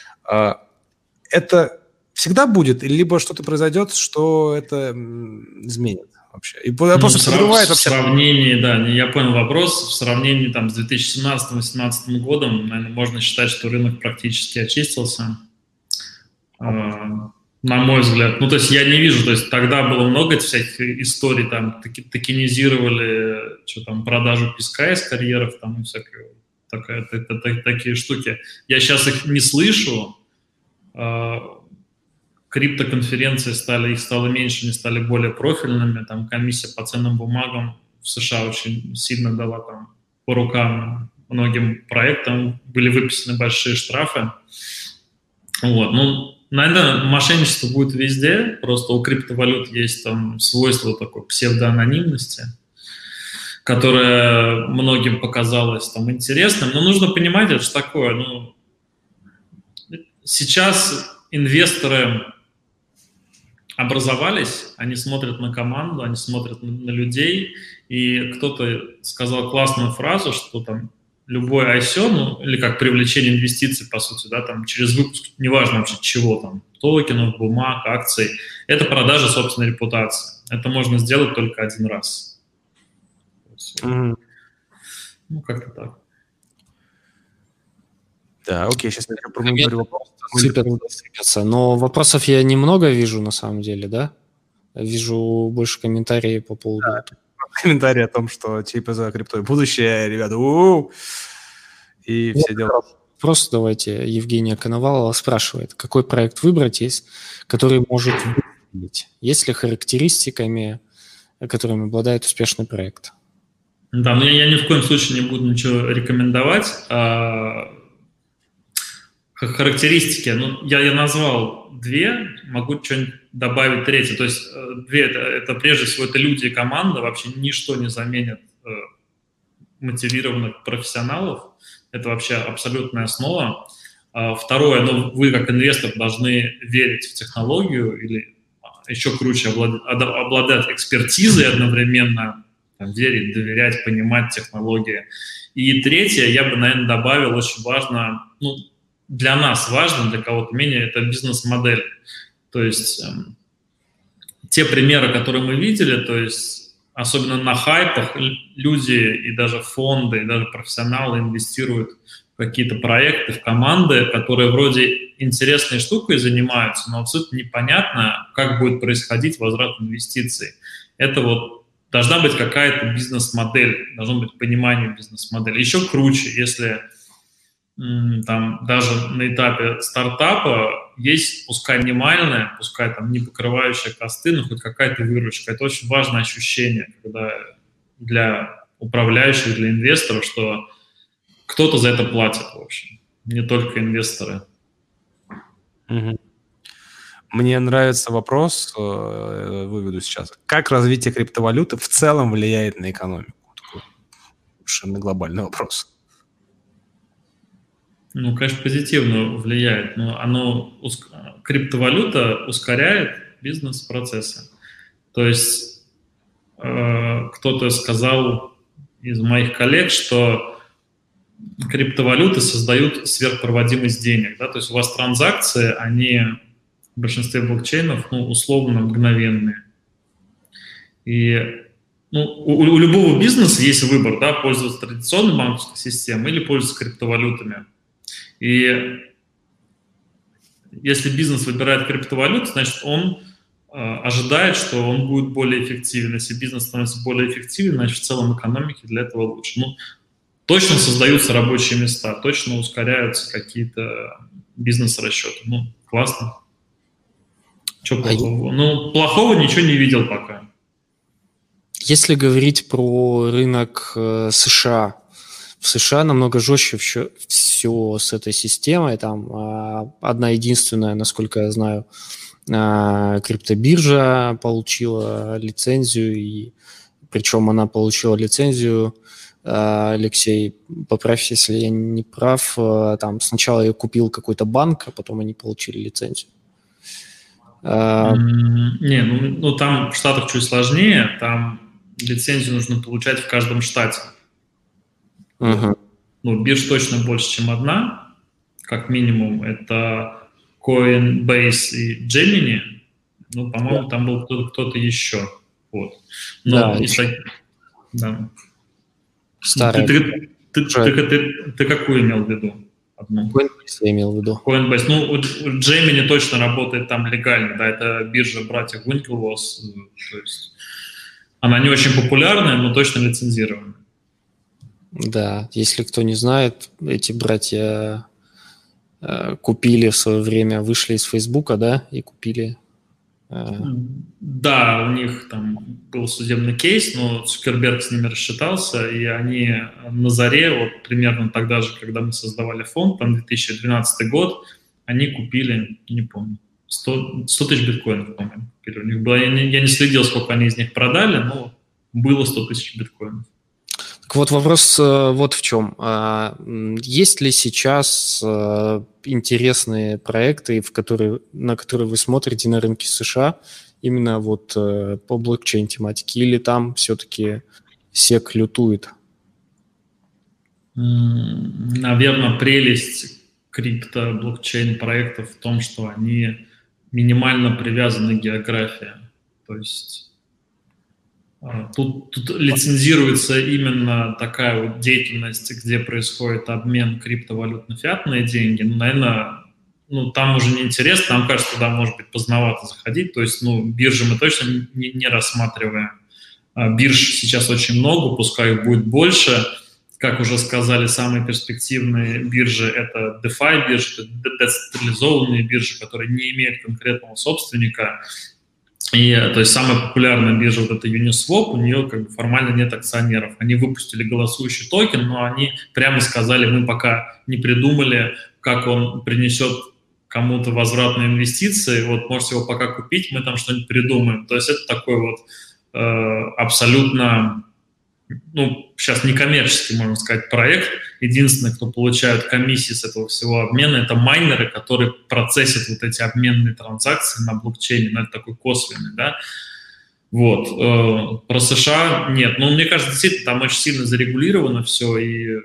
Это всегда будет, либо что-то произойдет, что это изменит вообще? И ну, просто в, срав... вообще... в сравнении, да, я понял вопрос, в сравнении там, с две тысячи семнадцатым — две тысячи восемнадцатым годом, наверное, можно считать, что рынок практически очистился. На мой взгляд. Ну, то есть я не вижу, то есть тогда было много всяких историй, там, таки, токенизировали, что там, продажу песка из карьеров, там, и всякие, такая, так, так, такие штуки. Я сейчас их не слышу. Криптоконференции стали, их стало меньше, они стали более профильными, там, комиссия по ценным бумагам в США очень сильно дала там по рукам многим проектам, были выписаны большие штрафы. Вот, ну, наверное, мошенничество будет везде, просто у криптовалют есть там свойство такой псевдоанонимности, которое многим показалось там интересным, но нужно понимать, это что такое, ну, сейчас инвесторы образовались, они смотрят на команду, они смотрят на, на людей, и кто-то сказал классную фразу, что там любой ай си о, ну, или как привлечение инвестиций, по сути, да, там, через выпуск, неважно вообще чего, там, токенов, бумаг, акций, это продажа собственной репутации. Это можно сделать только один раз. Mm-hmm. Ну, как-то так. Да, окей, сейчас я промоутерю вопрос. Но вопросов я немного вижу, на самом деле, да? Вижу больше комментариев по поводу... Да. Комментарии о том, что типа за криптой будущее, ребята, у-у-у, и все дела. вопрос, давайте, Евгения Коновалова спрашивает, какой проект выбрать, есть, который может выстрелить? Есть ли характеристиками, которыми обладает успешный проект? Да, но я, я ни в коем случае не буду ничего рекомендовать. А, характеристики, ну, я, я назвал две, могу что-нибудь добавить третье. То есть две, это, это прежде всего это люди и команда, вообще ничто не заменит э, мотивированных профессионалов. Это вообще абсолютная основа. А, второе, ну, вы как инвестор должны верить в технологию или еще круче обладать, обладать экспертизой одновременно, там, верить, доверять, понимать технологии. И третье, я бы, наверное, добавил, очень важно, ну, для нас важно, для кого-то менее, это бизнес-модель. То есть э, те примеры, которые мы видели, то есть особенно на хайпах люди и даже фонды, и даже профессионалы инвестируют в какие-то проекты, в команды, которые вроде интересной штукой занимаются, но абсолютно непонятно, как будет происходить возврат инвестиций. Это вот должна быть какая-то бизнес-модель, должно быть понимание бизнес-модели. Еще круче, если м, там даже на этапе стартапа есть, пускай минимальная, пускай там не покрывающая косты, но хоть какая-то выручка. Это очень важное ощущение, когда для управляющих, для инвесторов, что кто-то за это платит, в общем, не только инвесторы. Угу. Мне нравится вопрос, выведу сейчас. Как развитие криптовалюты в целом влияет на экономику? Такой совершенно глобальный вопрос. Ну, конечно, позитивно влияет, но оно, криптовалюта ускоряет бизнес-процессы. То есть э, кто-то сказал из моих коллег, что криптовалюты создают сверхпроводимость денег. Да? То есть у вас транзакции, они в большинстве блокчейнов, ну, условно мгновенные. И ну, у, у любого бизнеса есть выбор, да, пользоваться традиционной банковской системой или пользоваться криптовалютами. И если бизнес выбирает криптовалюту, значит, он э, ожидает, что он будет более эффективен. Если бизнес становится более эффективен, значит, в целом экономике для этого лучше. Ну, точно создаются рабочие места, точно ускоряются какие-то бизнес-расчеты. Ну, классно. Что плохого? Ну, плохого ничего не видел пока. Если говорить про рынок э, США, в США намного жестче все, все с этой системой. Там э, одна единственная, насколько я знаю, э, криптобиржа получила лицензию, и причем она получила лицензию, э, Алексей, поправься, если я не прав, э, там сначала ее купил какой-то банк, а потом они получили лицензию. Не, ну, ну там в Штатах чуть сложнее, там лицензию нужно получать в каждом штате. Uh-huh. Ну, бирж точно больше, чем одна, как минимум, это Coinbase и Gemini, ну, по-моему, yeah. там был кто-то, кто-то еще, вот. Но да, из таких, да. Старая. Ты, ты, ты, ты, ты, ты какую имел в виду? Одну. Coinbase я имел в виду. Coinbase. Ну, у Gemini точно работает там легально, да, это биржа братьев Winklevoss, то есть она не очень популярная, но точно лицензированная. Да, если кто не знает, эти братья э, купили в свое время, вышли из Фейсбука, да, и купили. Э... Да, у них там был судебный кейс, но Цукерберг с ними рассчитался, и они на заре, вот примерно тогда же, когда мы создавали фонд, там две тысячи двенадцатый год, они купили, не помню, сто тысяч биткоинов, по-моему, купили. У них было, я, не, я не следил, сколько они из них продали, но было сто тысяч биткоинов. Так вот, вопрос э, вот в чем. А, есть ли сейчас э, интересные проекты, в которые, на которые вы смотрите на рынке США, именно вот э, по блокчейн-тематике, или там все-таки сек лютует? Наверное, прелесть крипто-блокчейн-проектов в том, что они минимально привязаны к географии. То есть Тут, тут лицензируется именно такая вот деятельность, где происходит обмен криптовалют на фиатные деньги. Ну, наверное, ну, там уже неинтересно, нам кажется, туда может быть поздновато заходить. То есть, ну, биржи мы точно не, не рассматриваем. Бирж сейчас очень много, пускай их будет больше. как уже сказали, самые перспективные биржи – это DeFi биржи, децентрализованные биржи, которые не имеют конкретного собственника. И, то есть самая популярная биржа вот это Uniswap, у нее как бы формально нет акционеров. Они выпустили голосующий токен, но они прямо сказали, мы пока не придумали, как он принесет кому-то возвратные инвестиции, вот можете его пока купить, мы там что-нибудь придумаем. То есть это такой вот э, абсолютно, ну, сейчас некоммерческий, можно сказать, проект. Единственное, кто получает комиссии с этого всего обмена, это майнеры, которые процессят вот эти обменные транзакции на блокчейне, но это такой косвенный, да. Вот. Э, про США нет. Но мне кажется, действительно, там очень сильно зарегулировано все, и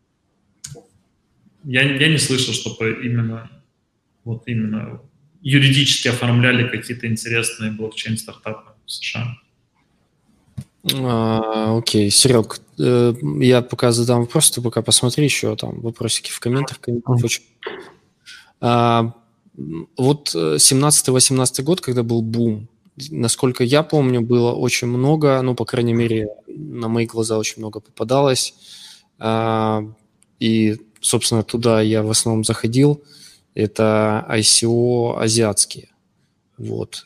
я, я не слышал, чтобы именно вот именно юридически оформляли какие-то интересные блокчейн-стартапы в США. А, окей, Серег, э, я пока задам вопрос, ты пока посмотри еще там вопросики в комментах. Очень. А, вот семнадцатый-восемнадцатый год, когда был бум, насколько я помню, было очень много, ну, по крайней мере, на мои глаза очень много попадалось. А, и, собственно, туда я в основном заходил. Это ай си о азиатские. Вот.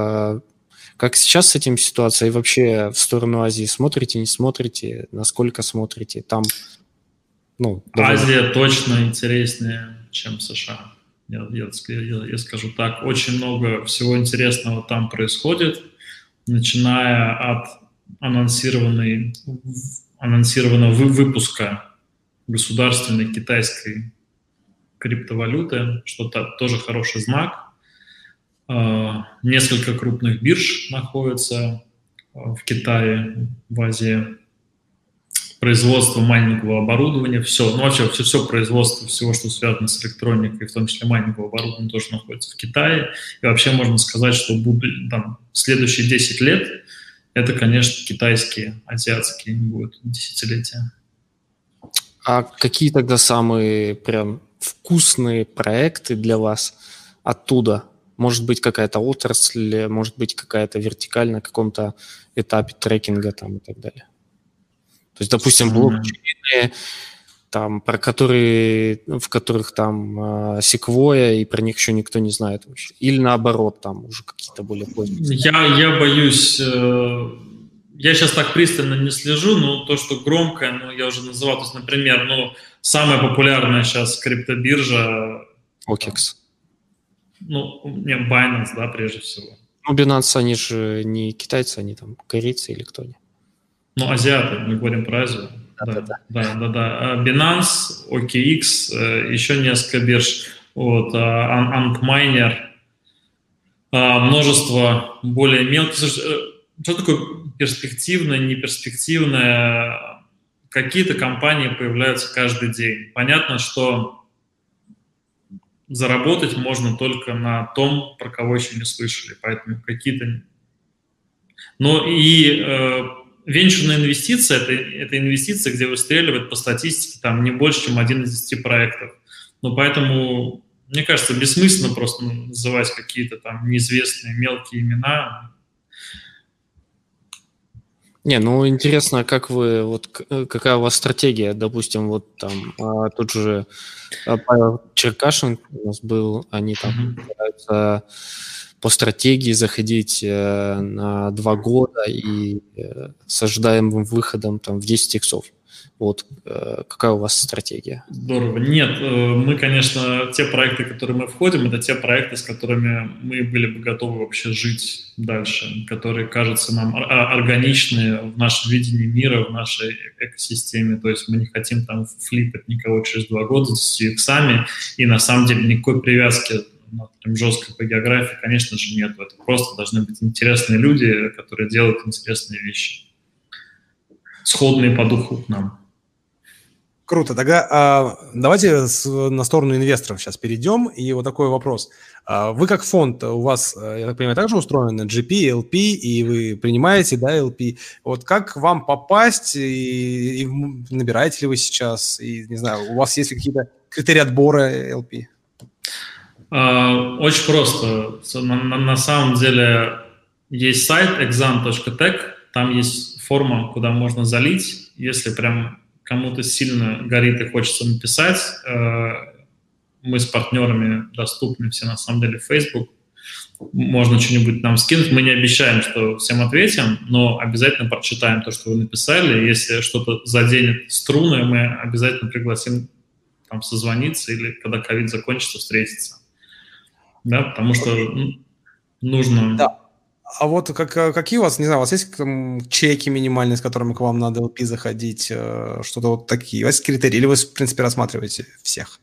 Как сейчас с этим ситуация? И вообще в сторону Азии смотрите, не смотрите? Насколько смотрите? Там, ну, довольно... Азия точно интереснее, чем США. Я, я, я, я скажу так. Очень много всего интересного там происходит, начиная от анонсированной, анонсированного выпуска государственной китайской криптовалюты, что тоже хороший знак. Несколько крупных бирж находятся в Китае, в Азии. Производство майнингового оборудования, все, ну вообще все, все производство, всего, что связано с электроникой, в том числе майнингового оборудования, тоже находится в Китае. И вообще можно сказать, что будут, там, следующие десять лет это, конечно, китайские, азиатские будут десятилетия. А какие тогда самые прям вкусные проекты для вас оттуда? Может быть, какая-то отрасль, может быть, какая-то вертикаль на каком-то этапе трекинга там и так далее. То есть, допустим, блокчейны, там, про которые, в которых там секвоя, и про них еще никто не знает вообще. Или наоборот, там уже какие-то более поздние. Я, я боюсь... Э, я сейчас так пристально не слежу, но то, что громкое, ну, я уже называл. То есть, например, ну, самая популярная сейчас криптобиржа... о кекс. Ну, не, Binance, да, прежде всего. Ну, Binance, они же не китайцы, они там корейцы или кто они? Ну, азиаты, мы говорим про Азию. Да, да, да, да, да. Binance, о кей икс, еще несколько бирж, вот, Antminer, множество более мелких. Что такое перспективное, неперспективное? Какие-то компании появляются каждый день. Понятно, что заработать можно только на том, про кого еще не слышали, поэтому какие-то... Но и э, венчурная инвестиция это, – это инвестиция, где выстреливает по статистике там не больше, чем один из десяти проектов. Ну, поэтому, мне кажется, бессмысленно просто называть какие-то там неизвестные мелкие имена. Не, ну интересно, как вы, вот какая у вас стратегия, допустим, вот там а, тут же Павел Черкашин у нас был, они там пытаются по стратегии заходить э, на два года и э, с ожидаемым выходом там в десять иксов. Вот э, какая у вас стратегия? Здорово. Нет, мы, конечно, те проекты, в которые мы входим, это те проекты, с которыми мы были бы готовы вообще жить дальше, которые кажутся нам органичны в нашем видении мира, в нашей экосистеме. То есть мы не хотим там флипать никого через два года с десятью иксами, и на самом деле никакой привязки прям жесткой по географии, конечно же, нет. Это просто должны быть интересные люди, которые делают интересные вещи, сходные по духу к нам. Круто. Тогда а, давайте с, на сторону инвесторов сейчас перейдем. И вот такой вопрос. А, вы как фонд, у вас, я так понимаю, также устроено джи пи, эл пи, и вы принимаете, да, эл пи. Вот как вам попасть, и, и набираете ли вы сейчас, и, не знаю, у вас есть ли какие-то критерии отбора эл пи? А, очень просто. На, на, на самом деле есть сайт экзам точка тех, там есть форма, куда можно залить, если прям кому-то сильно горит и хочется написать, мы с партнерами доступны все, на самом деле, в Facebook. Можно что-нибудь нам скинуть. Мы не обещаем, что всем ответим, но обязательно прочитаем то, что вы написали. Если что-то заденет струны, мы обязательно пригласим там созвониться или, когда ковид закончится, встретиться. Да, потому что нужно... Да. А вот как, какие у вас, не знаю, у вас есть там чеки минимальные, с которыми к вам надо эл пи заходить, что-то вот такие? У вас есть критерии? Или вы, в принципе, рассматриваете всех?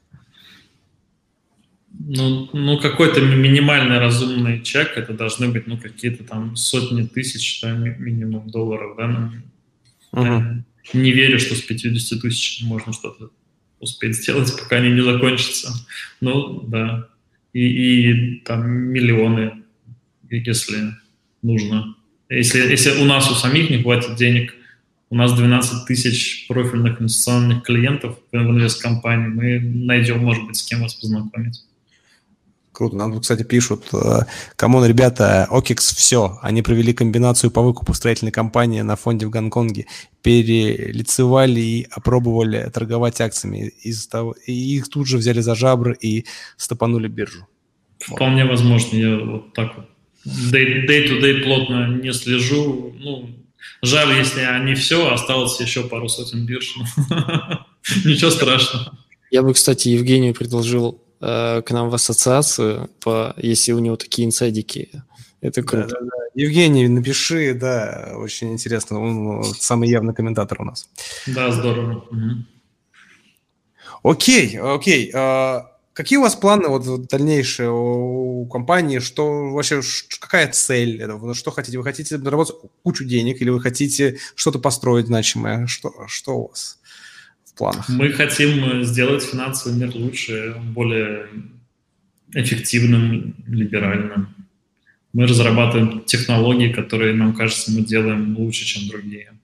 Ну, ну, какой-то минимальный разумный чек, это должны быть, ну, какие-то там сотни тысяч, да, минимум долларов, да. Ну, uh-huh. Не верю, что с пятьдесят тысяч можно что-то успеть сделать, пока они не закончатся. Ну, да. И, и там миллионы, если нужно. Если, если у нас у самих не хватит денег, у нас двенадцать тысяч профильных инвестиционных клиентов в инвесткомпании, мы найдем, может быть, с кем вас познакомить. Круто. Нам, кстати, пишут, камон, ребята, Окикс, все, они провели комбинацию по выкупу строительной компании на фонде в Гонконге, перелицевали и опробовали торговать акциями, из того, и их тут же взяли за жабры и стопанули биржу. Вполне вот. Возможно, я вот так вот day-to-day плотно не слежу. Ну, жаль, если они все, осталось еще пару сотен бирж. Ничего страшного. Я бы, кстати, Евгению предложил к нам в ассоциацию, по, если у него такие инсайдики. Это круто. Да, да, да. Евгений, напиши, да, очень интересно. Он самый явный комментатор у нас. Да, здорово. Угу. Окей, окей. А какие у вас планы вот дальнейшие у компании? Что вообще, какая цель этого? Что хотите? Вы хотите заработать кучу денег или вы хотите что-то построить значимое? Что, что у вас в планах? Мы хотим сделать финансовый мир лучше, более эффективным, либеральным. Мы разрабатываем технологии, которые, нам кажется, мы делаем лучше, чем другие.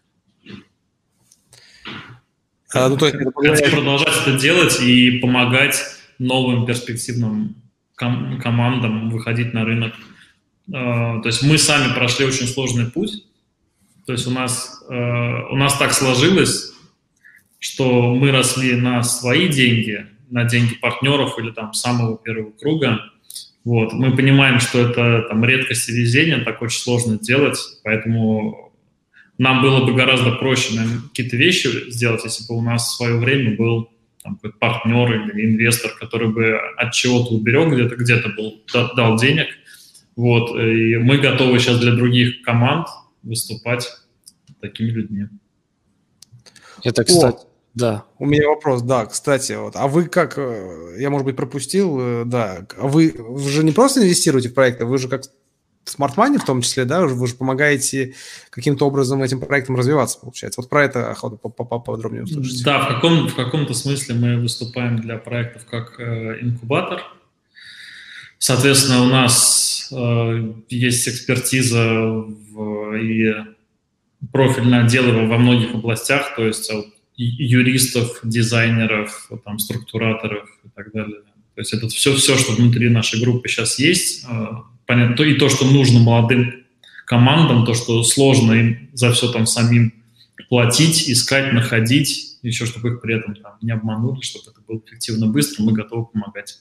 А, ну, то есть, хотим продолжать это делать и помогать новым перспективным ком- командам выходить на рынок. Uh, то есть мы сами прошли очень сложный путь. То есть у нас, uh, у нас так сложилось, что мы росли на свои деньги, на деньги партнеров или там самого первого круга. Вот. Мы понимаем, что это там редкость и везение, так очень сложно делать, поэтому нам было бы гораздо проще, наверное, какие-то вещи сделать, если бы у нас в свое время был там, какой-то партнер или инвестор, который бы от чего-то уберег, где-то, где-то был, дал денег. Вот. И мы готовы сейчас для других команд выступать такими людьми. Это, кстати, О, да. У меня вопрос, да, кстати, вот, а вы как, я, может быть, пропустил, да, а вы, вы же не просто инвестируете в проекты, вы же как Smart Money в том числе, да, вы же помогаете каким-то образом этим проектам развиваться, получается. Вот про это охота поподробнее услышать. Да, в, каком, в каком-то смысле мы выступаем для проектов как э, инкубатор. Соответственно, у нас э, есть экспертиза в, и профильные отделы во многих областях, то есть от юристов, дизайнеров, там, структураторов и так далее. То есть это все, все, что внутри нашей группы сейчас есть. Понятно, и то, что нужно молодым командам, то, что сложно им за все там самим платить, искать, находить, еще чтобы их при этом там не обманули, чтобы это было эффективно быстро, мы готовы помогать.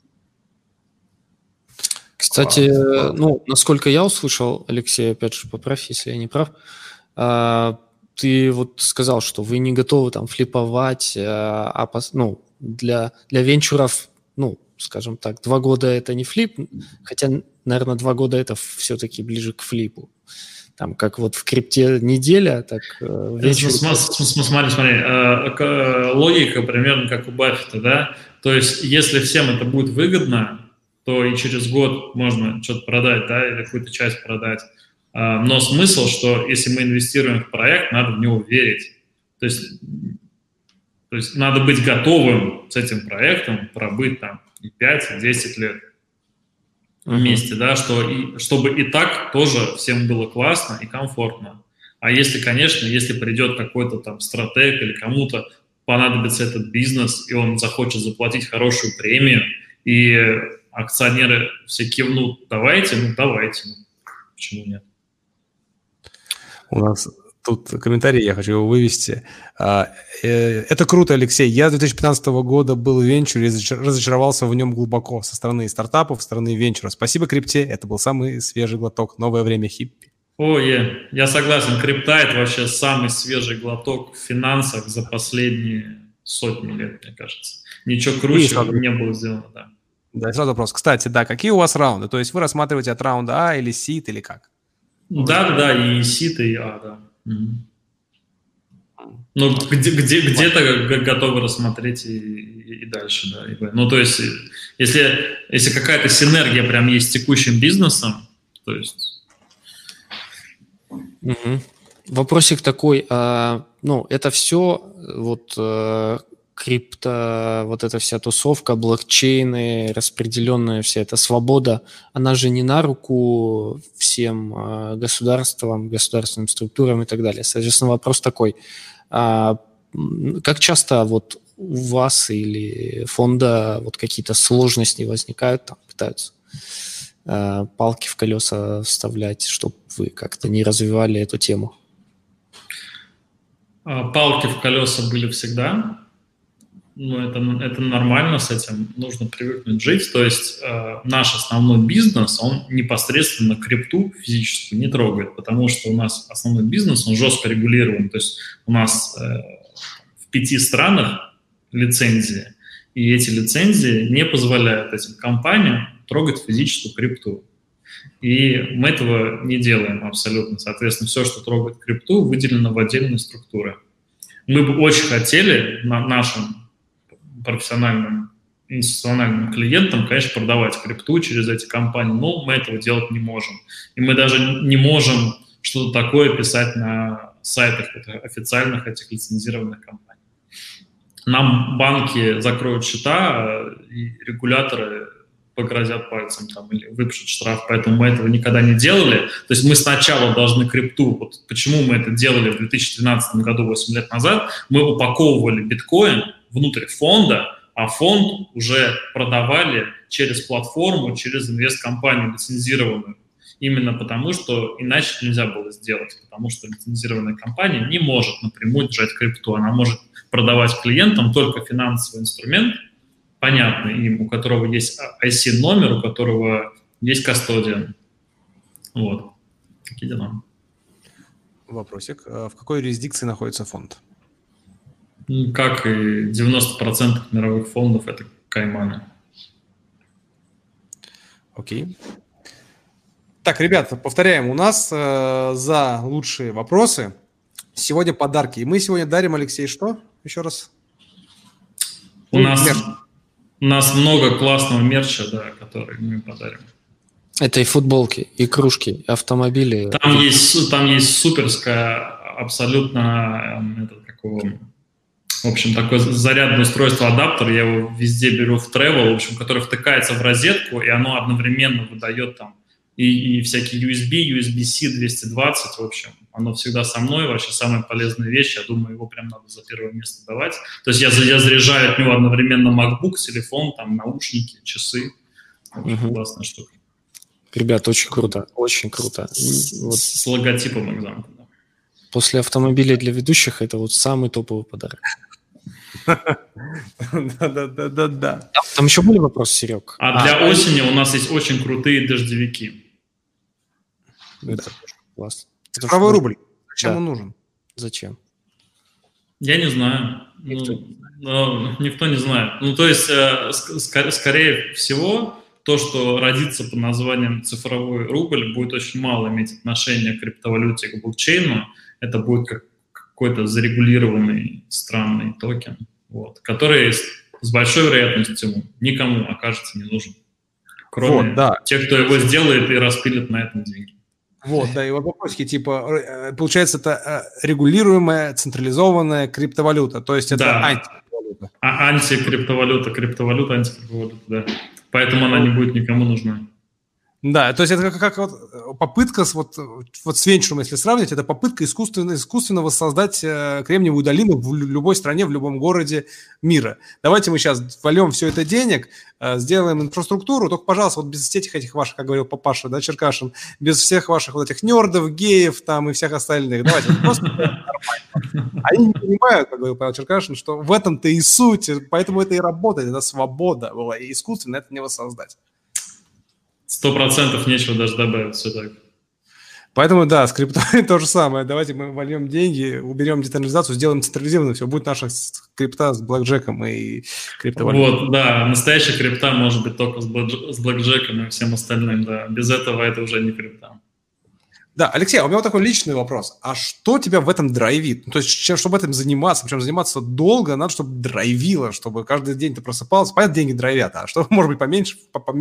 Кстати, Класс. ну, насколько я услышал, Алексей, опять же, поправь, если я не прав, ты вот сказал, что вы не готовы там флиповать, а ну, для, для венчуров, ну, скажем так, два года это не флип, хотя, наверное, два года это все-таки ближе к флипу. Там, как вот в крипте неделя, так... Венчур... Смотри, смотри, логика примерно как у Баффета, да? То есть, если всем это будет выгодно, то и через год можно что-то продать, да, или какую-то часть продать. Но смысл, что если мы инвестируем в проект, надо в него верить. То есть, то есть надо быть готовым с этим проектом пробыть там и пять, и десять лет вместе, uh-huh. да, что и, чтобы и так тоже всем было классно и комфортно. А если, конечно, если придет какой-то там стратег или кому-то понадобится этот бизнес, и он захочет заплатить хорошую премию, и акционеры все кивнут, давайте, ну давайте, ну, почему нет? У нас, Тут комментарий, я хочу его вывести. Это круто, Алексей. Я с две тысячи пятнадцатого года был в венчуре и разочаровался в нем глубоко со стороны стартапов, со стороны венчура. Спасибо крипте, это был самый свежий глоток. Новое время хиппи. Ой, я согласен, крипта – это вообще самый свежий глоток в финансах за последние сотни лет, мне кажется. Ничего круче не было сделано, да. Да, и сразу вопрос. Кстати, да, какие у вас раунды? То есть вы рассматриваете от раунда А или сид, или как? Да, да, да, и сид, и А, да. Угу. Ну, где, где, где-то готовы рассмотреть и, и, и дальше, да. И, ну, то есть, если, если какая-то синергия прям есть с текущим бизнесом, то есть... Угу. Вопросик такой, а, ну, это все вот а, крипто, вот эта вся тусовка, блокчейны, распределенная вся эта свобода, она же не на руку всем а, государствам, государственным структурам и так далее. Соответственно, вопрос такой, а, как часто вот у вас или фонда вот какие-то сложности возникают, там пытаются а, палки в колеса вставлять, чтобы вы как-то не развивали эту тему? Палки в колеса были всегда. Ну, это, это нормально, с этим нужно привыкнуть жить. То есть э, наш основной бизнес, он непосредственно крипту физически не трогает, потому что у нас основной бизнес, он жестко регулирован. То есть у нас э, в пяти странах лицензии, и эти лицензии не позволяют этим компаниям трогать физическую крипту. И мы этого не делаем абсолютно. Соответственно, все, что трогает крипту, выделено в отдельные структуры. Мы бы очень хотели на нашим профессиональным институциональным клиентам, конечно, продавать крипту через эти компании, но мы этого делать не можем. И мы даже не можем что-то такое писать на сайтах официальных этих лицензированных компаний. Нам банки закроют счета, и регуляторы погрозят пальцем там, или выпишут штраф, поэтому мы этого никогда не делали. То есть мы сначала должны крипту, вот почему мы это делали в две тысячи двенадцатом году, восемь лет назад, мы упаковывали биткоин внутрь фонда, а фонд уже продавали через платформу, через инвесткомпанию лицензированную. Именно потому, что иначе нельзя было сделать, потому что лицензированная компания не может напрямую держать крипту, она может продавать клиентам только финансовый инструмент, понятный им, у которого есть ай си-номер, у которого есть кастодиан. Вот. Такие дела. Вопросик. В какой юрисдикции находится фонд? Как и девяносто процентов мировых фондов, это Кайманы. Окей. Так, ребята, повторяем, у нас э, за лучшие вопросы сегодня подарки. И мы сегодня дарим, Алексей, что? Еще раз. У ну, нас, у нас много классного мерча, да, который мы подарим. Это и футболки, и кружки, и автомобили. Там есть, там есть суперская, абсолютно, это, какого, в общем, такое зарядное устройство, адаптер, я его везде беру в travel, в общем, который втыкается в розетку, и оно одновременно выдает там и, и всякие ю эс би, ю эс би-C двести двадцать, в общем, оно всегда со мной, вообще самая полезная вещь, я думаю, его прям надо за первое место давать. То есть я, я заряжаю от него одновременно MacBook, телефон, там, наушники, часы. Очень угу. Классная штука. Ребят, очень круто, очень круто. С, вот. с логотипом экзамена. Да. После автомобилей для ведущих это вот самый топовый подарок. Да-да-да-да-да. Там еще были вопросы, Серег? А для осени у нас есть очень крутые дождевики. Это классно. Цифровой рубль. Зачем он нужен? Зачем? Я не знаю. Никто, ну, никто не знает. Ну, то есть, э, ск- скорее всего, то, что родится под названием цифровой рубль, будет очень мало иметь отношения к криптовалюте, к блокчейну. Это будет как какой-то зарегулированный странный токен, вот, который с большой вероятностью никому окажется не нужен, кроме вот, да. тех, кто его сделает и распилит на этом деньги. Вот, да, и вопросики, типа, получается, это регулируемая централизованная криптовалюта, то есть это да. антикриптовалюта. А антикриптовалюта, криптовалюта, антикриптовалюта, да. Поэтому она не будет никому нужна. Да, то есть это как, как вот попытка, с, вот, вот с венчуром, если сравнить, это попытка искусственно, искусственно воссоздать э, Кремниевую долину в любой стране, в любом городе мира. Давайте мы сейчас вольем все это денег, э, сделаем инфраструктуру, только, пожалуйста, вот без этих этих ваших, как говорил папаша, да, Черкашин, без всех ваших вот этих нердов, геев там и всех остальных. Давайте вот просто нормально. Они не понимают, как говорил Павел Черкашин, что в этом-то и суть, поэтому это и работает, это свобода была, и искусственно это не воссоздать. Сто процентов нечего даже добавить, все так. Поэтому, да, с криптой то же самое. Давайте мы вольем деньги, уберем децентрализацию, сделаем централизированно, все, будет наша крипта с блэкджеком и криптовалютой. Вот, да, настоящая крипта может быть только с, блэк, с блэкджеком и всем остальным, да. Без этого это уже не крипта. Да, Алексей, а у меня вот такой личный вопрос. А что тебя в этом драйвит? Ну, то есть, чем, чтобы этим заниматься, причем заниматься долго, надо, чтобы драйвило, чтобы каждый день ты просыпался. Понятно, деньги драйвят, а что, может быть, поменьше,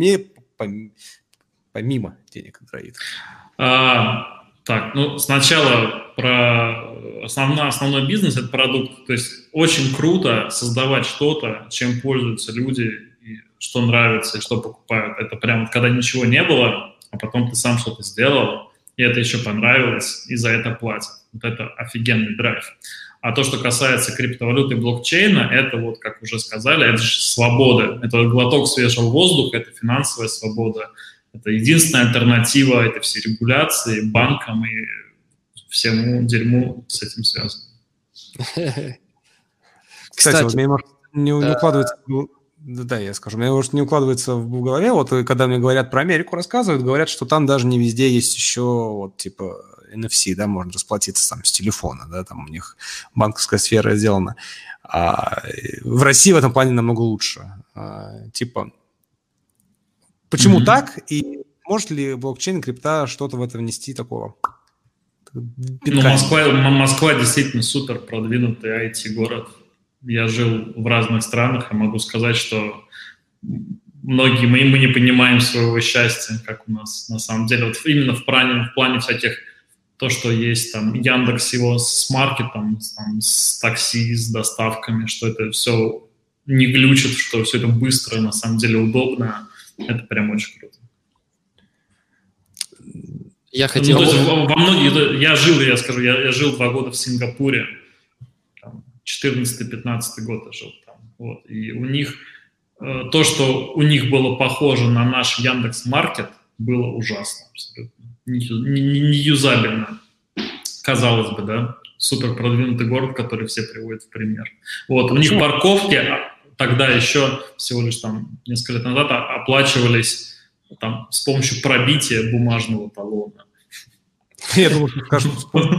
помимо денег драйвит? А, так, ну, сначала про основной, основной бизнес – это продукт. То есть очень круто создавать что-то, чем пользуются люди, и что нравится, и что покупают. Это прям, когда ничего не было, а потом ты сам что-то сделал, и это еще понравилось, и за это платят. Вот это офигенный драйв. А то, что касается криптовалюты и блокчейна, это вот, как уже сказали, это же свобода. Это глоток свежего воздуха, это финансовая свобода. Это единственная альтернатива, это все регуляции, банкам и всему дерьму с этим связано. Кстати, вот мне не, не укладывается... Да, я скажу. Мне может не укладывается в голове, вот когда мне говорят про Америку, рассказывают, говорят, что там даже не везде есть еще вот типа эн эф си, да, можно расплатиться там с телефона, да, там у них банковская сфера сделана. А в России в этом плане намного лучше. А, типа, почему mm-hmm. так? И может ли блокчейн и крипта что-то в это внести такого? Ну, Москва, Москва действительно супер продвинутый ай ти-город. Я жил в разных странах, и могу сказать, что многие мы, мы не понимаем своего счастья, как у нас на самом деле. Вот именно в плане, в плане всяких, то, что есть там Яндекс его с маркетом, там, с такси, с доставками, что это все не глючит, что все это быстро, на самом деле удобно. Это прям очень круто. Я хотел... Ну, то есть, во, во многих... Я жил, я скажу, я, я жил два года в Сингапуре. четырнадцатый-пятнадцатый год я жил там. Вот. И у них э, то, что у них было похоже на наш Яндекс.Маркет, было ужасно абсолютно. Не, не, не юзабельно. Казалось бы, да. Супер продвинутый город, который все приводят в пример. Вот. У них парковки тогда еще всего лишь там несколько лет назад оплачивались там, с помощью пробития бумажного талона. Я думал, что скажут,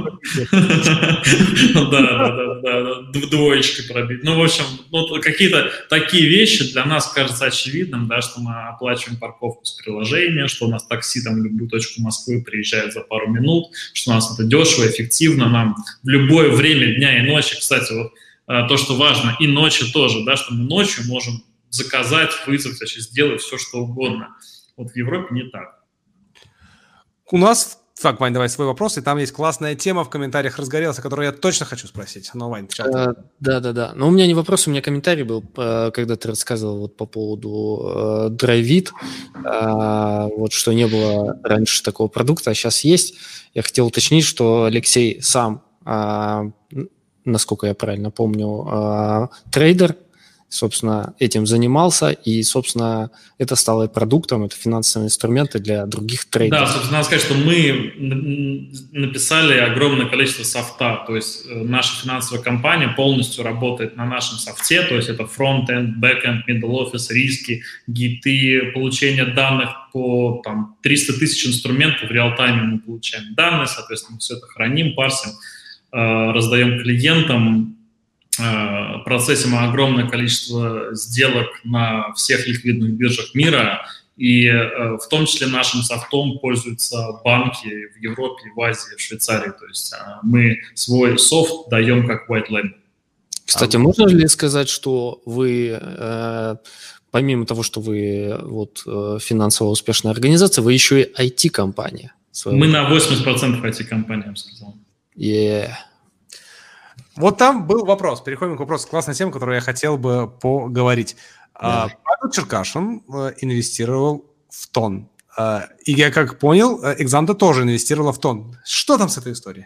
Да, да, да, двоечкой пробить. Ну, в общем, какие-то такие вещи для нас кажется очевидным, да, что мы оплачиваем парковку с приложения, что у нас такси там в любую точку Москвы приезжает за пару минут, что у нас это дешево, эффективно, нам в любое время дня и ночи, кстати, вот то, что важно, и ночью тоже, да, что мы ночью можем заказать, вызвать, вообще сделать все, что угодно. Вот в Европе не так. У нас... Так, Вань, давай свой вопрос, и там есть классная тема в комментариях разгорелась, о которой я точно хочу спросить. Ну, Вань, э, Да-да-да. Но у меня не вопрос, у меня комментарий был, когда ты рассказывал вот по поводу э, драйвит, э, вот что не было раньше такого продукта, а сейчас есть. Я хотел уточнить, что Алексей сам, э, насколько я правильно помню, э, трейдер, собственно, этим занимался, и, собственно, это стало продуктом, это финансовые инструменты для других трейдеров. Да, собственно, надо сказать, что мы написали огромное количество софта, то есть наша финансовая компания полностью работает на нашем софте, то есть это фронт-энд, бэк-энд, middle office, риски, гиты, получение данных по там, триста тысяч инструментов, в реал-тайме мы получаем данные, соответственно, мы все это храним, парсим, раздаем клиентам, процессим огромное количество сделок на всех ликвидных биржах мира, и в том числе нашим софтом пользуются банки в Европе, в Азии, в Швейцарии. То есть мы свой софт даем как white label. Кстати, а можно ли сказать, что вы, э, помимо того, что вы вот, э, финансово успешная организация, вы еще и ай ти-компания? Мы на восемьдесят процентов ай ти-компания, я бы сказал. Yeah. Вот там был вопрос. Переходим к вопросу. Классная тема, которую я хотел бы поговорить. Yeah. Павел Черкашин инвестировал в тон. И я как понял, Examta тоже инвестировала в тон. Что там с этой историей?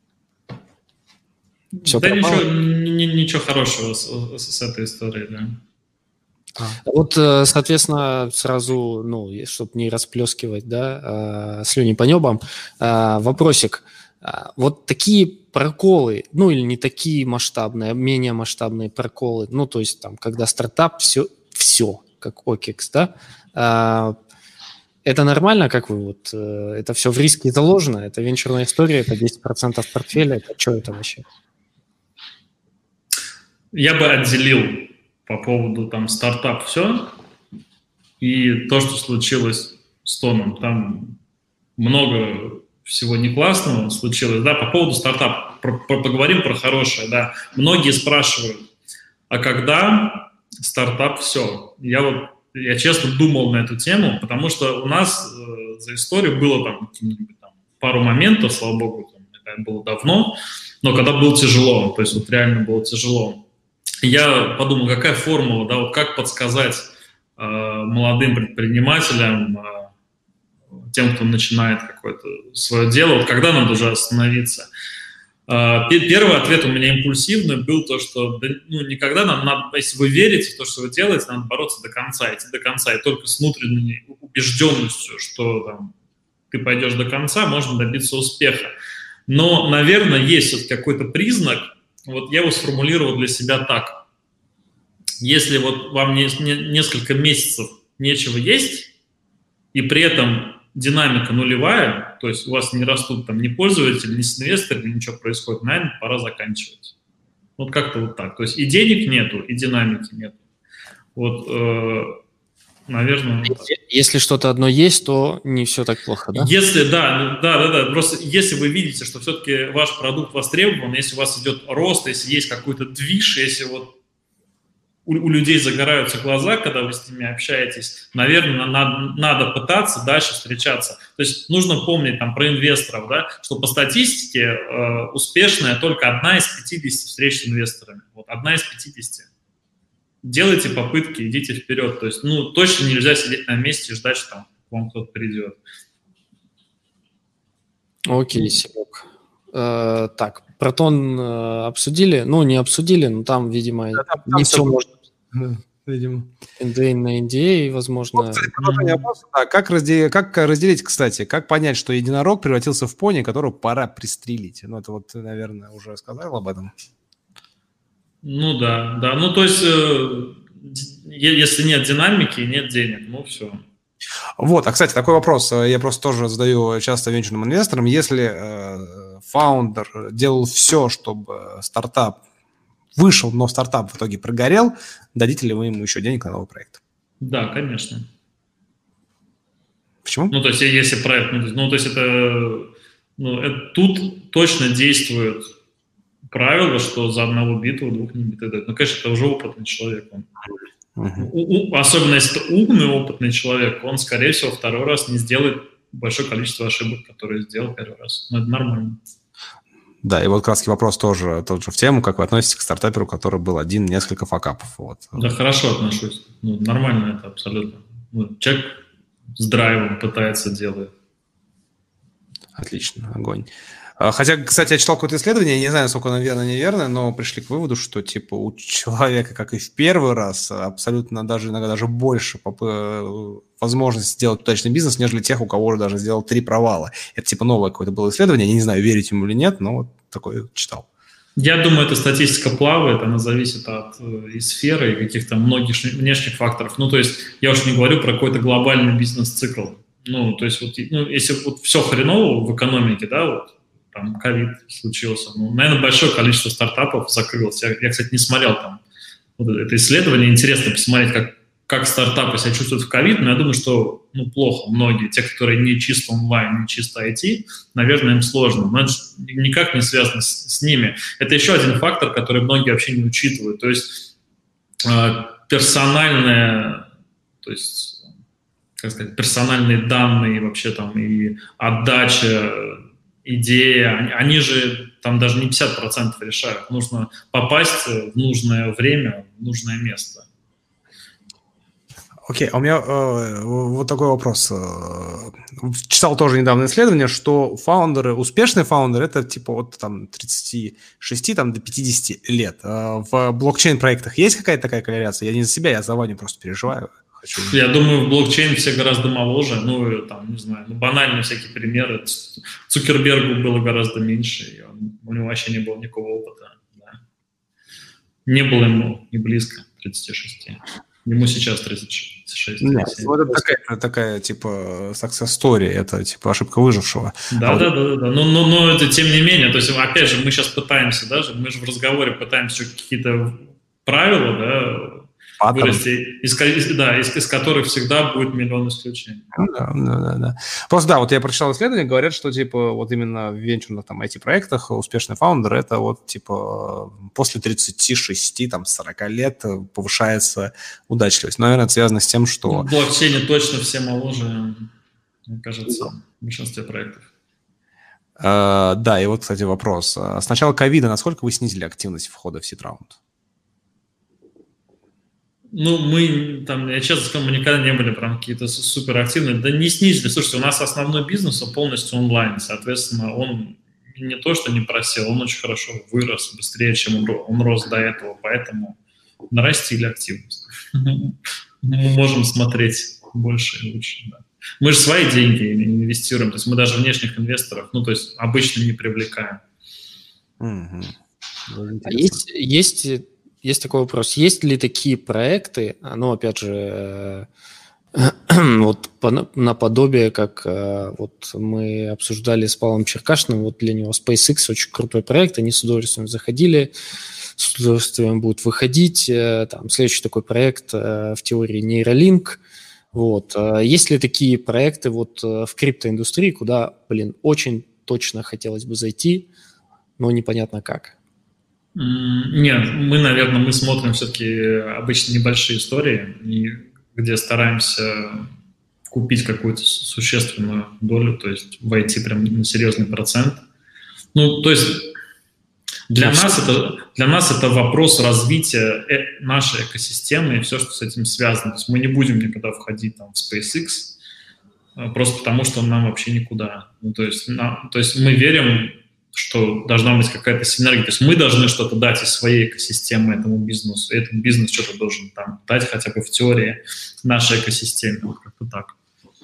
Все да ничего, ничего хорошего с, с этой историей, да. А. Вот, соответственно, сразу, ну, чтобы не расплескивать, да, слюни по небам, вопросик. Вот такие проколы, ну, или не такие масштабные, а менее масштабные проколы, ну, то есть там, когда стартап все, все, как OKX, да, это нормально, как вы, вот, это все в риске заложено, это венчурная история, это десять процентов портфеля, это что это вообще? Я бы отделил по поводу там стартап все и то, что случилось с Тоном. Там много всего не классного случилось. Да, по поводу стартапа про, про, поговорим про хорошее. Да. Многие спрашивают, а когда стартап все? Я вот, я честно думал на эту тему, потому что у нас э, за историю было там, там пару моментов, слава богу, там, это было давно, но когда было тяжело, то есть вот реально было тяжело. Я подумал, какая формула, да, вот как подсказать э, молодым предпринимателям, э, тем, кто начинает какое-то свое дело, вот когда надо уже остановиться. Э, первый ответ у меня импульсивный был то, что да, ну, никогда нам надо, если вы верите в то, что вы делаете, надо бороться до конца, идти до конца, и только с внутренней убежденностью, что там, ты пойдешь до конца, можно добиться успеха. Но, наверное, есть вот какой-то признак. Вот я его сформулировал для себя так. Если вот вам не, не, несколько месяцев нечего есть, и при этом динамика нулевая, то есть у вас не растут там ни пользователи, ни инвесторы, ничего происходит, наверное, пора заканчивать. Вот как-то вот так. То есть и денег нету, и динамики нету. Вот, э, наверное... Если, если что-то одно есть, то не все так плохо, да? Если, да, да, да, да. Просто если вы видите, что все-таки ваш продукт востребован, если у вас идет рост, если есть какой-то движ, если вот у, у людей загораются глаза, когда вы с ними общаетесь, наверное, надо, надо пытаться дальше встречаться. То есть нужно помнить там про инвесторов, да, что по статистике э, успешная только одна из пятидесяти встреч с инвесторами. Вот одна из пятидесяти. Делайте попытки, идите вперед. То есть, ну, точно нельзя сидеть на месте и ждать, что там к вам кто-то придет. Окей, Серег. Э, так, Протон э, обсудили? Ну, не обсудили, но там, видимо, да, там, не там все можно. Да, видимо. эн ди эй на эн ди эй, возможно. Вот, кстати, продолжение вопроса. Да, как, разделить, как разделить, кстати, как понять, что единорог превратился в пони, которого пора пристрелить? Ну, это вот, наверное, уже сказал об этом. Ну да, да. Ну то есть, э, если нет динамики, нет денег, ну все. Вот, а кстати, такой вопрос, я просто тоже задаю часто венчурным инвесторам. Если э, фаундер делал все, чтобы стартап вышел, но стартап в итоге прогорел, дадите ли вы ему еще денег на новый проект? Да, конечно. Почему? Ну то есть, если проект, ну то есть, ну, то есть это, ну, это тут точно действует правило, что за одного битого двух не битых дают. Ну, конечно, это уже опытный человек. Он. Uh-huh. У, у, особенно если это умный, опытный человек, он, скорее всего, второй раз не сделает большое количество ошибок, которые сделал первый раз. Но это нормально. Да, и вот как раз вопрос тоже, тоже в тему, как вы относитесь к стартаперу, который был один, несколько факапов. Вот. Да, хорошо отношусь. Ну, нормально это абсолютно. Ну, человек с драйвом пытается, делает. Отлично, огонь. Хотя, кстати, я читал какое-то исследование, я не знаю, насколько оно верно, неверно, но пришли к выводу, что типа у человека, как и в первый раз, абсолютно даже иногда даже больше поп- возможности сделать удачный бизнес, нежели тех, у кого уже даже сделал три провала. Это типа новое какое-то было исследование, я не знаю, верить ему или нет, но вот такое читал. Я думаю, эта статистика плавает, она зависит от и сферы, и каких-то многих внешних факторов. Ну, то есть я уж не говорю про какой-то глобальный бизнес-цикл. Ну, то есть вот, ну, если вот все хреново в экономике, да, вот, там ковид случился. Ну, наверное, большое количество стартапов закрылось. Я, я, кстати, не смотрел там вот это исследование. Интересно посмотреть, как, как стартапы себя чувствуют в ковид, но я думаю, что ну, плохо многие. Те, которые не чисто онлайн, не чисто ай ти, наверное, им сложно. Но это никак не связано с, с ними. Это еще один фактор, который многие вообще не учитывают. То есть э, персональная, то есть, как сказать, персональные данные вообще там и отдача, идеи, они, они же там даже не пятьдесят процентов решают. Нужно попасть в нужное время, в нужное место. Окей, а у меня э, вот такой вопрос. Читал тоже недавно исследование, что фаундеры, успешные фаундеры, это типа от там, тридцати шести там, до пятидесяти лет. В блокчейн-проектах есть какая-то такая корреляция? Я не за себя, я за Ваню просто переживаю. Хочу... Я думаю, в блокчейн все гораздо моложе. Ну, там, не знаю, ну, банальные всякие примеры. Цукербергу было гораздо меньше, и он, у него вообще не было никакого опыта. Да. Не было ему и близко тридцати шести. Ему сейчас тридцать шесть. Нет, вот это такая, такая, типа, success story, это, типа, ошибка выжившего. Да, а да, вот... да, да, да. Но, но, но это, тем не менее, то есть, опять же, мы сейчас пытаемся, даже, мы же в разговоре пытаемся какие-то правила, да, вырасти, из, да, из, из которых всегда будет миллион исключений. Да, да, да, да. Просто, да, вот я прочитал исследования, говорят, что, типа, вот именно в венчурных, там, ай ти-проектах успешный фаундер, это вот, типа, после тридцати шести, там, сорока лет повышается удачливость. Наверное, это связано с тем, что... Ну, в блокчейне точно все моложе, мне кажется, в большинстве проектов. Uh, да, и вот, кстати, вопрос. С начала ковида насколько вы снизили активность входа в сид-раунд? Ну, мы, там, я честно скажу, мы никогда не были прям какие-то суперактивные. Да не снизили. Слушайте, у нас основной бизнес он полностью онлайн. Соответственно, он не то, что не просел, он очень хорошо вырос, быстрее, чем он, он рос до этого. Поэтому нарастили активность. Мы можем смотреть больше и лучше. Да. Мы же свои деньги инвестируем. То есть мы даже внешних инвесторов, ну, то есть обычно не привлекаем. Mm-hmm. Есть... есть... Есть такой вопрос. Есть ли такие проекты, ну, опять же, вот наподобие, как вот мы обсуждали с Павлом Черкашиным, вот для него SpaceX очень крутой проект, они с удовольствием заходили, с удовольствием будут выходить. Там следующий такой проект в теории Neuralink. Вот. Есть ли такие проекты вот в криптоиндустрии, куда, блин, очень точно хотелось бы зайти, но непонятно как? Нет, мы, наверное, мы смотрим все-таки обычно небольшие истории, где стараемся купить какую-то существенную долю, то есть войти прям на серьезный процент. Ну, то есть для нас это, для нас это вопрос развития нашей экосистемы и все, что с этим связано. То есть мы не будем никогда входить там, в SpaceX, просто потому что нам вообще никуда. Ну, то есть, на, то есть мы верим, что должна быть какая-то синергия. То есть мы должны что-то дать из своей экосистемы этому бизнесу, и этот бизнес что-то должен там дать хотя бы в теории нашей экосистеме. Вот как-то так.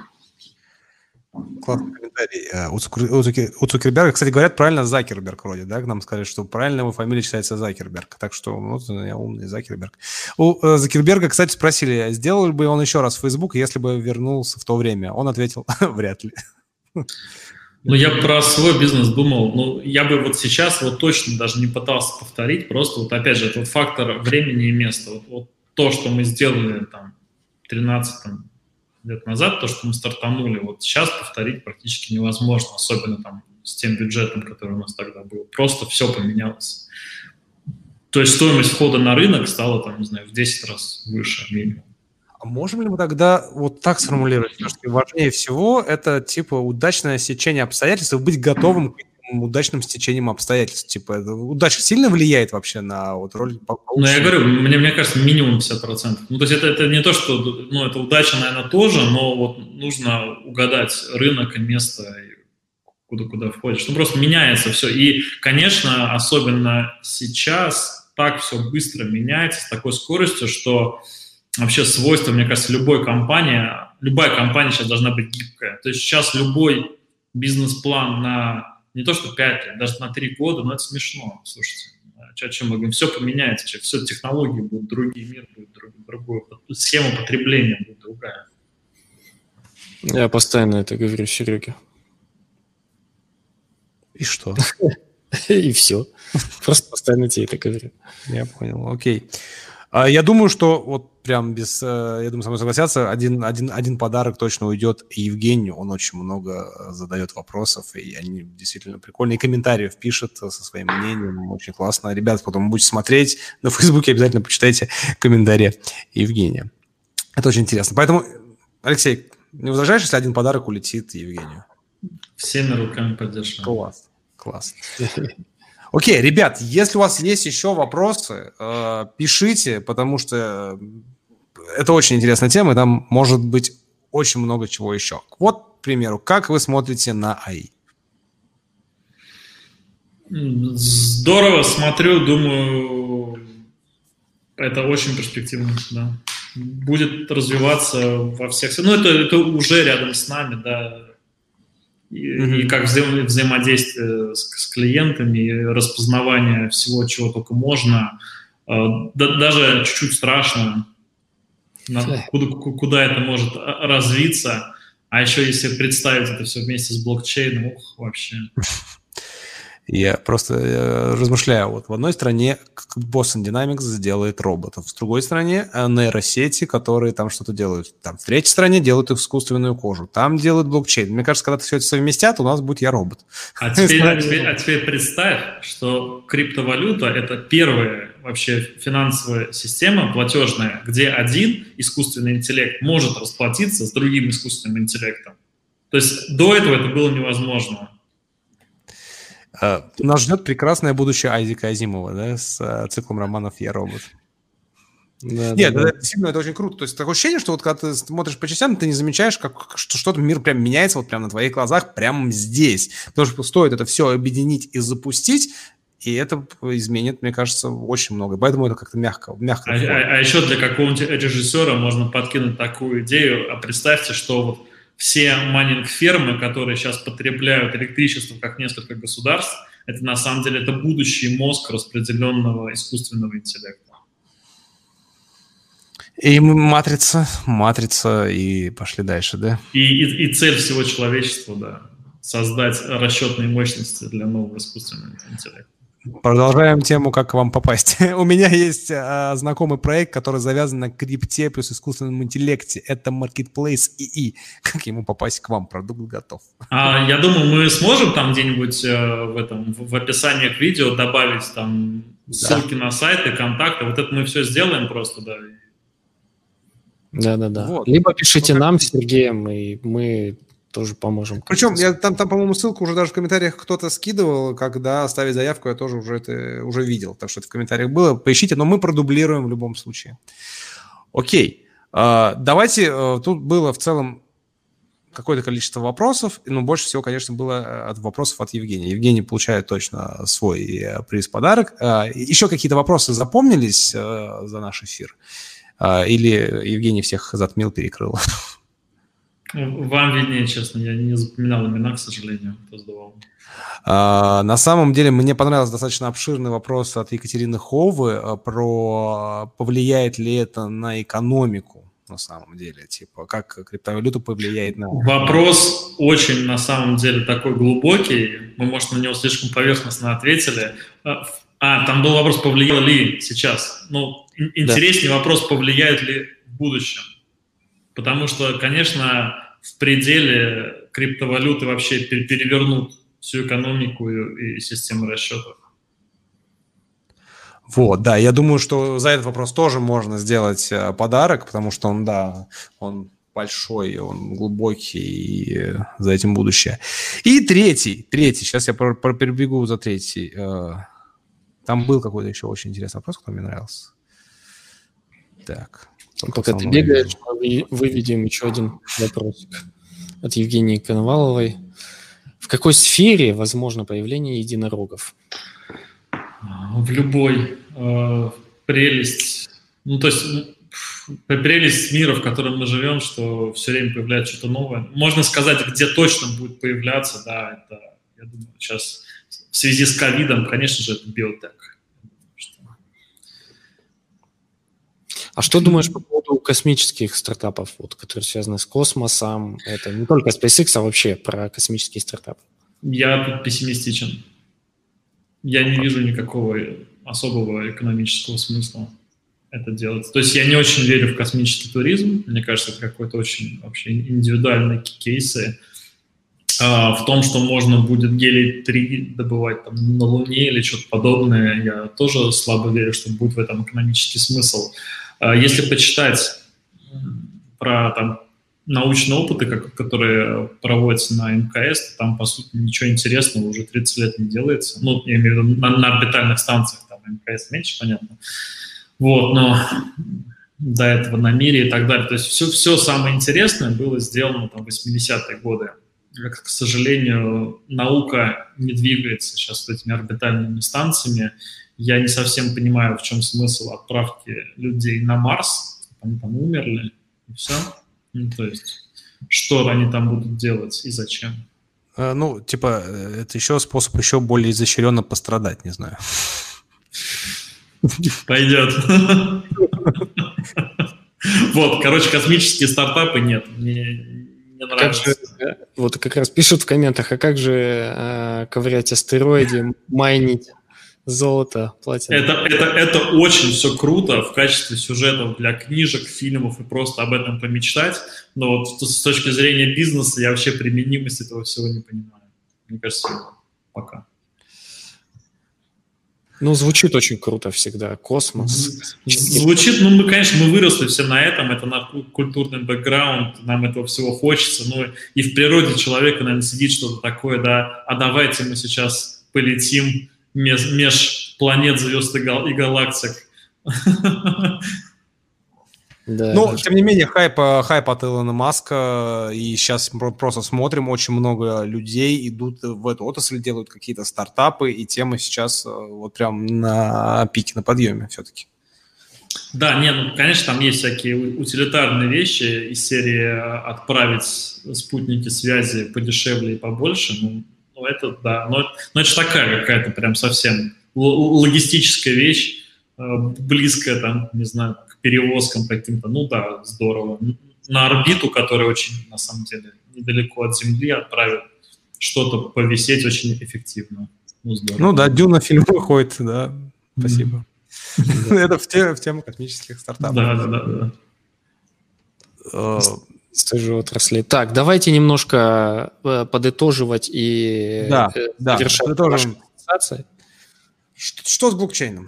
Классный комментарий. У, Цукер... у Цукерберга, кстати, говорят правильно Закерберг вроде, да? Нам сказали, что правильно его фамилия читается Закерберг. Так что вот я умный Закерберг. У Закерберга, кстати, спросили, сделал бы он еще раз Facebook, если бы вернулся в то время. Он ответил, вряд ли. Ну, я про свой бизнес думал, ну, я бы вот сейчас вот точно даже не пытался повторить, просто вот опять же, это вот фактор времени и места. Вот, вот то, что мы сделали там тринадцать там, лет назад, то, что мы стартанули, вот сейчас повторить практически невозможно, особенно там с тем бюджетом, который у нас тогда был. Просто все поменялось. То есть стоимость входа на рынок стала там, не знаю, в десять раз выше минимум. А можем ли мы тогда вот так сформулировать, что важнее всего это типа удачное стечение обстоятельств, быть готовым к этим удачным стечениям обстоятельств? Типа удача сильно влияет вообще на вот роль? Ну, я говорю, мне, мне кажется, минимум пятьдесят процентов. Ну, то есть это, это не то, что, ну, это удача, наверное, тоже, но вот нужно угадать рынок и место, куда, куда входишь. Ну, просто меняется все. И, конечно, особенно сейчас так все быстро меняется, с такой скоростью, что вообще свойство, мне кажется, любой компании, любая компания сейчас должна быть гибкая. То есть сейчас любой бизнес-план на не то что пять лет, даже на три года, но это смешно, слушайте. О чем мы говорим? Все поменяется, все технологии будут другие, мир будет другой, другой, схема потребления будет другая. Я постоянно это говорю Сереге. И что? И все. Просто постоянно тебе это говорю. Я понял, окей. Я думаю, что вот прям без, я думаю, со мной согласятся, один, один, один подарок точно уйдет Евгению, он очень много задает вопросов, и они действительно прикольные, комментариев пишет со своим мнением, очень классно. Ребята, потом будете смотреть на Фейсбуке, обязательно почитайте комментарии Евгения. Это очень интересно. Поэтому, Алексей, не возражаешь, если один подарок улетит Евгению? Всеми руками поддерживаю. Класс, класс. Окей, ребят, если у вас есть еще вопросы, э, пишите, потому что это очень интересная тема, и там может быть очень много чего еще. Вот, к примеру, как вы смотрите на эй ай? Здорово смотрю, думаю, это очень перспективно, да. Будет развиваться во всех... Ну, это, это уже рядом с нами, да. И, mm-hmm. и как вза- взаимодействие с, с клиентами, и распознавание всего, чего только можно. Да, даже чуть-чуть страшно, на, куда, куда это может развиться. А еще если представить это все вместе с блокчейном, ух, вообще... Я просто э, размышляю, вот в одной стране Boston Dynamics сделает роботов, в другой стране нейросети, которые там что-то делают, там в третьей стране делают искусственную кожу, там делают блокчейн. Мне кажется, когда все это совместят, у нас будет я робот. А теперь, а, теперь, а теперь представь, что криптовалюта – это первая вообще финансовая система платежная, где один искусственный интеллект может расплатиться с другим искусственным интеллектом. То есть до этого это было невозможно. Uh, нас ждет прекрасное будущее Айзека Азимова, да, с uh, циклом романов «Я робот». Да, Нет, да, да. Это, действительно, это очень круто. То есть такое ощущение, что вот когда ты смотришь по частям, ты не замечаешь, как, что что-то мир прям меняется вот прямо на твоих глазах, прямо здесь. Потому что стоит это все объединить и запустить, и это изменит, мне кажется, очень много. Поэтому это как-то мягко. мягко а, а, а еще для какого-нибудь режиссера можно подкинуть такую идею. А представьте, что вот все майнинг-фермы, которые сейчас потребляют электричество как несколько государств, это на самом деле это будущий мозг распределенного искусственного интеллекта. И матрица, матрица, и пошли дальше, да? И, и, и цель всего человечества, да, создать расчетные мощности для нового искусственного интеллекта. Продолжаем тему, как к вам попасть. У меня есть а, знакомый проект, который завязан на крипте плюс искусственном интеллекте. Это Marketplace ИИ. Как ему попасть к вам? Продукт готов. А, я думаю, мы сможем там где-нибудь э, в, этом, в, в описании к видео добавить там ссылки да. на сайты, контакты. Вот это мы все сделаем просто, да. Да-да-да. Вот. Либо пишите ну, нам с Сергеем, и мы... тоже поможем. Причем я там, там, по-моему, ссылку уже даже в комментариях кто-то скидывал, когда оставить заявку, я тоже уже это уже видел, так что это в комментариях было. Поищите, но мы продублируем в любом случае. Окей. А, давайте, тут было в целом какое-то количество вопросов, но больше всего, конечно, было от вопросов от Евгения. Евгений получает точно свой приз-подарок. А, еще какие-то вопросы запомнились а, за наш эфир? А, или Евгений всех затмил, перекрыл? Вам виднее, честно, я не запоминал имена, к сожалению, кто задавал. А, на самом деле, мне понравился достаточно обширный вопрос от Екатерины Ховы про повлияет ли это на экономику, на самом деле, типа, как криптовалюта повлияет на... Вопрос очень, на самом деле, такой глубокий, мы, может, на него слишком поверхностно ответили. А, там был вопрос, повлиял ли сейчас. Ну, интереснее да. вопрос, повлияет ли в будущем. Потому что, конечно, в пределе криптовалюты вообще перевернут всю экономику и, и систему расчетов. Вот, да, я думаю, что за этот вопрос тоже можно сделать подарок, потому что он, да, он большой, он глубокий, и за этим будущее. И третий, третий, сейчас я перебегу за третий. Там был какой-то еще очень интересный вопрос, который мне нравился. Так. Пока ты бегаешь, мы выведем еще один вопрос от Евгении Коноваловой. В какой сфере возможно появление единорогов? В любой. Э, прелесть. Ну, то есть прелесть мира, в котором мы живем, что все время появляется что-то новое. Можно сказать, где точно будет появляться, да, это, я думаю, сейчас в связи с ковидом, конечно же, это биотек. А что думаешь по поводу космических стартапов, вот, которые связаны с космосом? Это не только SpaceX, а вообще про космические стартапы. Я тут пессимистичен. Я не вижу никакого особого экономического смысла это делать. То есть я не очень верю в космический туризм. Мне кажется, это какой-то очень вообще индивидуальный кейсы. А, в том, что можно будет гелий три добывать там, на Луне или что-то подобное, я тоже слабо верю, что будет в этом экономический смысл. Если почитать про там, научные опыты, как, которые проводятся на эм ка эс, то там, по сути, ничего интересного уже тридцать лет не делается. Ну, я имею в виду на, на орбитальных станциях, там эм ка эс меньше, понятно. Вот, но до этого на мире и так далее. То есть все, все самое интересное было сделано там, в восьмидесятые годы. К сожалению, наука не двигается сейчас с этими орбитальными станциями. Я не совсем понимаю, в чем смысл отправки людей на Марс. Они там умерли, и все. Ну, то есть, что они там будут делать и зачем? Ну, типа, это еще способ еще более изощренно пострадать, не знаю. Пойдет. Вот, короче, космические стартапы нет. Мне не нравится. Вот как раз пишут в комментах, а как же э, ковырять астероиды, майнить золото, платину? Это, это, это очень все круто в качестве сюжетов для книжек, фильмов и просто об этом помечтать. Но вот с точки зрения бизнеса я вообще применимость этого всего не понимаю. Мне кажется, пока. Ну, звучит очень круто всегда. Космос. Звучит, ну, мы, конечно, мы выросли все на этом, это наш культурный бэкграунд, нам этого всего хочется, ну, и в природе человека, наверное, сидит что-то такое, да, а давайте мы сейчас полетим меж, меж планет, звезд и, гал, и галактик. Да, ну, тем не менее, хайп, хайп от Илона Маска, и сейчас мы просто смотрим, очень много людей идут в эту отрасль, делают какие-то стартапы, и тема сейчас вот прям на пике, на подъеме все-таки. Да, нет, ну, конечно, там есть всякие утилитарные вещи из серии отправить спутники связи подешевле и побольше, ну, ну это да, но, но это же такая какая-то прям совсем логистическая вещь, близкая там, не знаю, перевозкам каким-то, ну да, здорово. На орбиту, которая очень, на самом деле, недалеко от Земли, отправит что-то повисеть очень эффективно. Ну, ну да, Дюна фильм выходит, да, спасибо. Mm-hmm. Это в, те, в тему космических стартапов. Да, да, да. да. С той же отрасли. Так, давайте немножко подытоживать и да, да, завершать нашу презентацию. Что, что с блокчейном?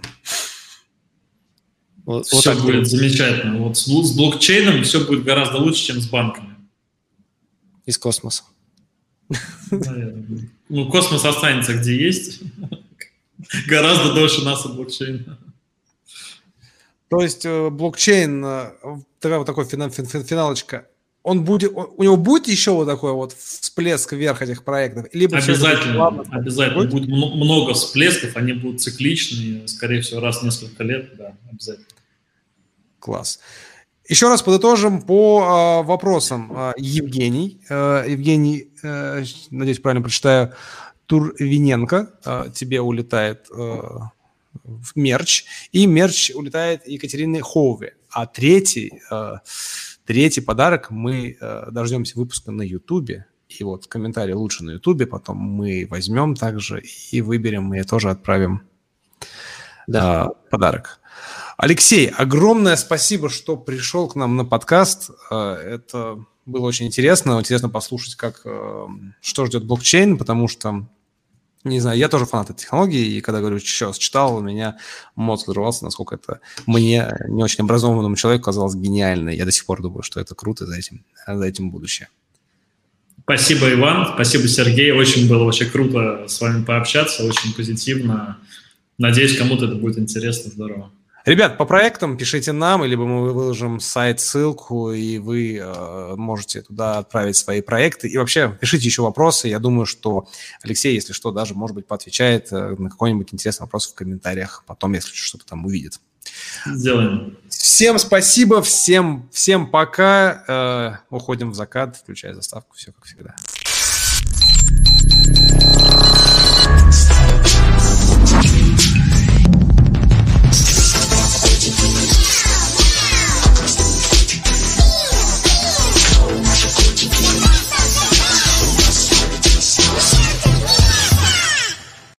Вот, все вот будет замечательно. Вот с, с блокчейном все будет гораздо лучше, чем с банками. Из космоса. Наверное. Ну, космос останется где есть. Гораздо дольше нас и блокчейна. То есть блокчейн, такая вот такой финал, финалочка, он будет, у него будет еще вот такой вот всплеск вверх этих проектов? Либо обязательно, будет обязательно. Будет? будет много всплесков, они будут цикличные, скорее всего, раз в несколько лет, да, обязательно. Класс. Еще раз подытожим по э, вопросам. Э, Евгений, э, Евгений, э, надеюсь, правильно прочитаю, Турвиненко, э, тебе улетает э, в мерч, и мерч улетает Екатерине Хоуве. А третий, э, третий подарок мы э, дождемся выпуска на Ютубе. И вот комментарий лучше на Ютубе, потом мы возьмем также и выберем, и тоже отправим да. э, подарок. Алексей, огромное спасибо, что пришел к нам на подкаст. Это было очень интересно. Интересно послушать, как, что ждет блокчейн, потому что, не знаю, я тоже фанат этой технологии, и когда, говорю, еще раз читал, у меня мозг взрывался, насколько это мне, не очень образованному человеку, казалось гениально. Я до сих пор думаю, что это круто, за этим, за этим будущее. Спасибо, Иван. Спасибо, Сергей. Очень было очень круто с вами пообщаться, очень позитивно. Надеюсь, кому-то это будет интересно, здорово. Ребят, по проектам пишите нам, либо мы выложим сайт, ссылку, и вы э, можете туда отправить свои проекты. И вообще пишите еще вопросы. Я думаю, что Алексей, если что, даже, может быть, поотвечает э, на какой-нибудь интересный вопрос в комментариях потом, если что-то там увидит. Сделаем. Всем спасибо, всем, всем пока. Э, уходим в закат, включая заставку. Все как всегда.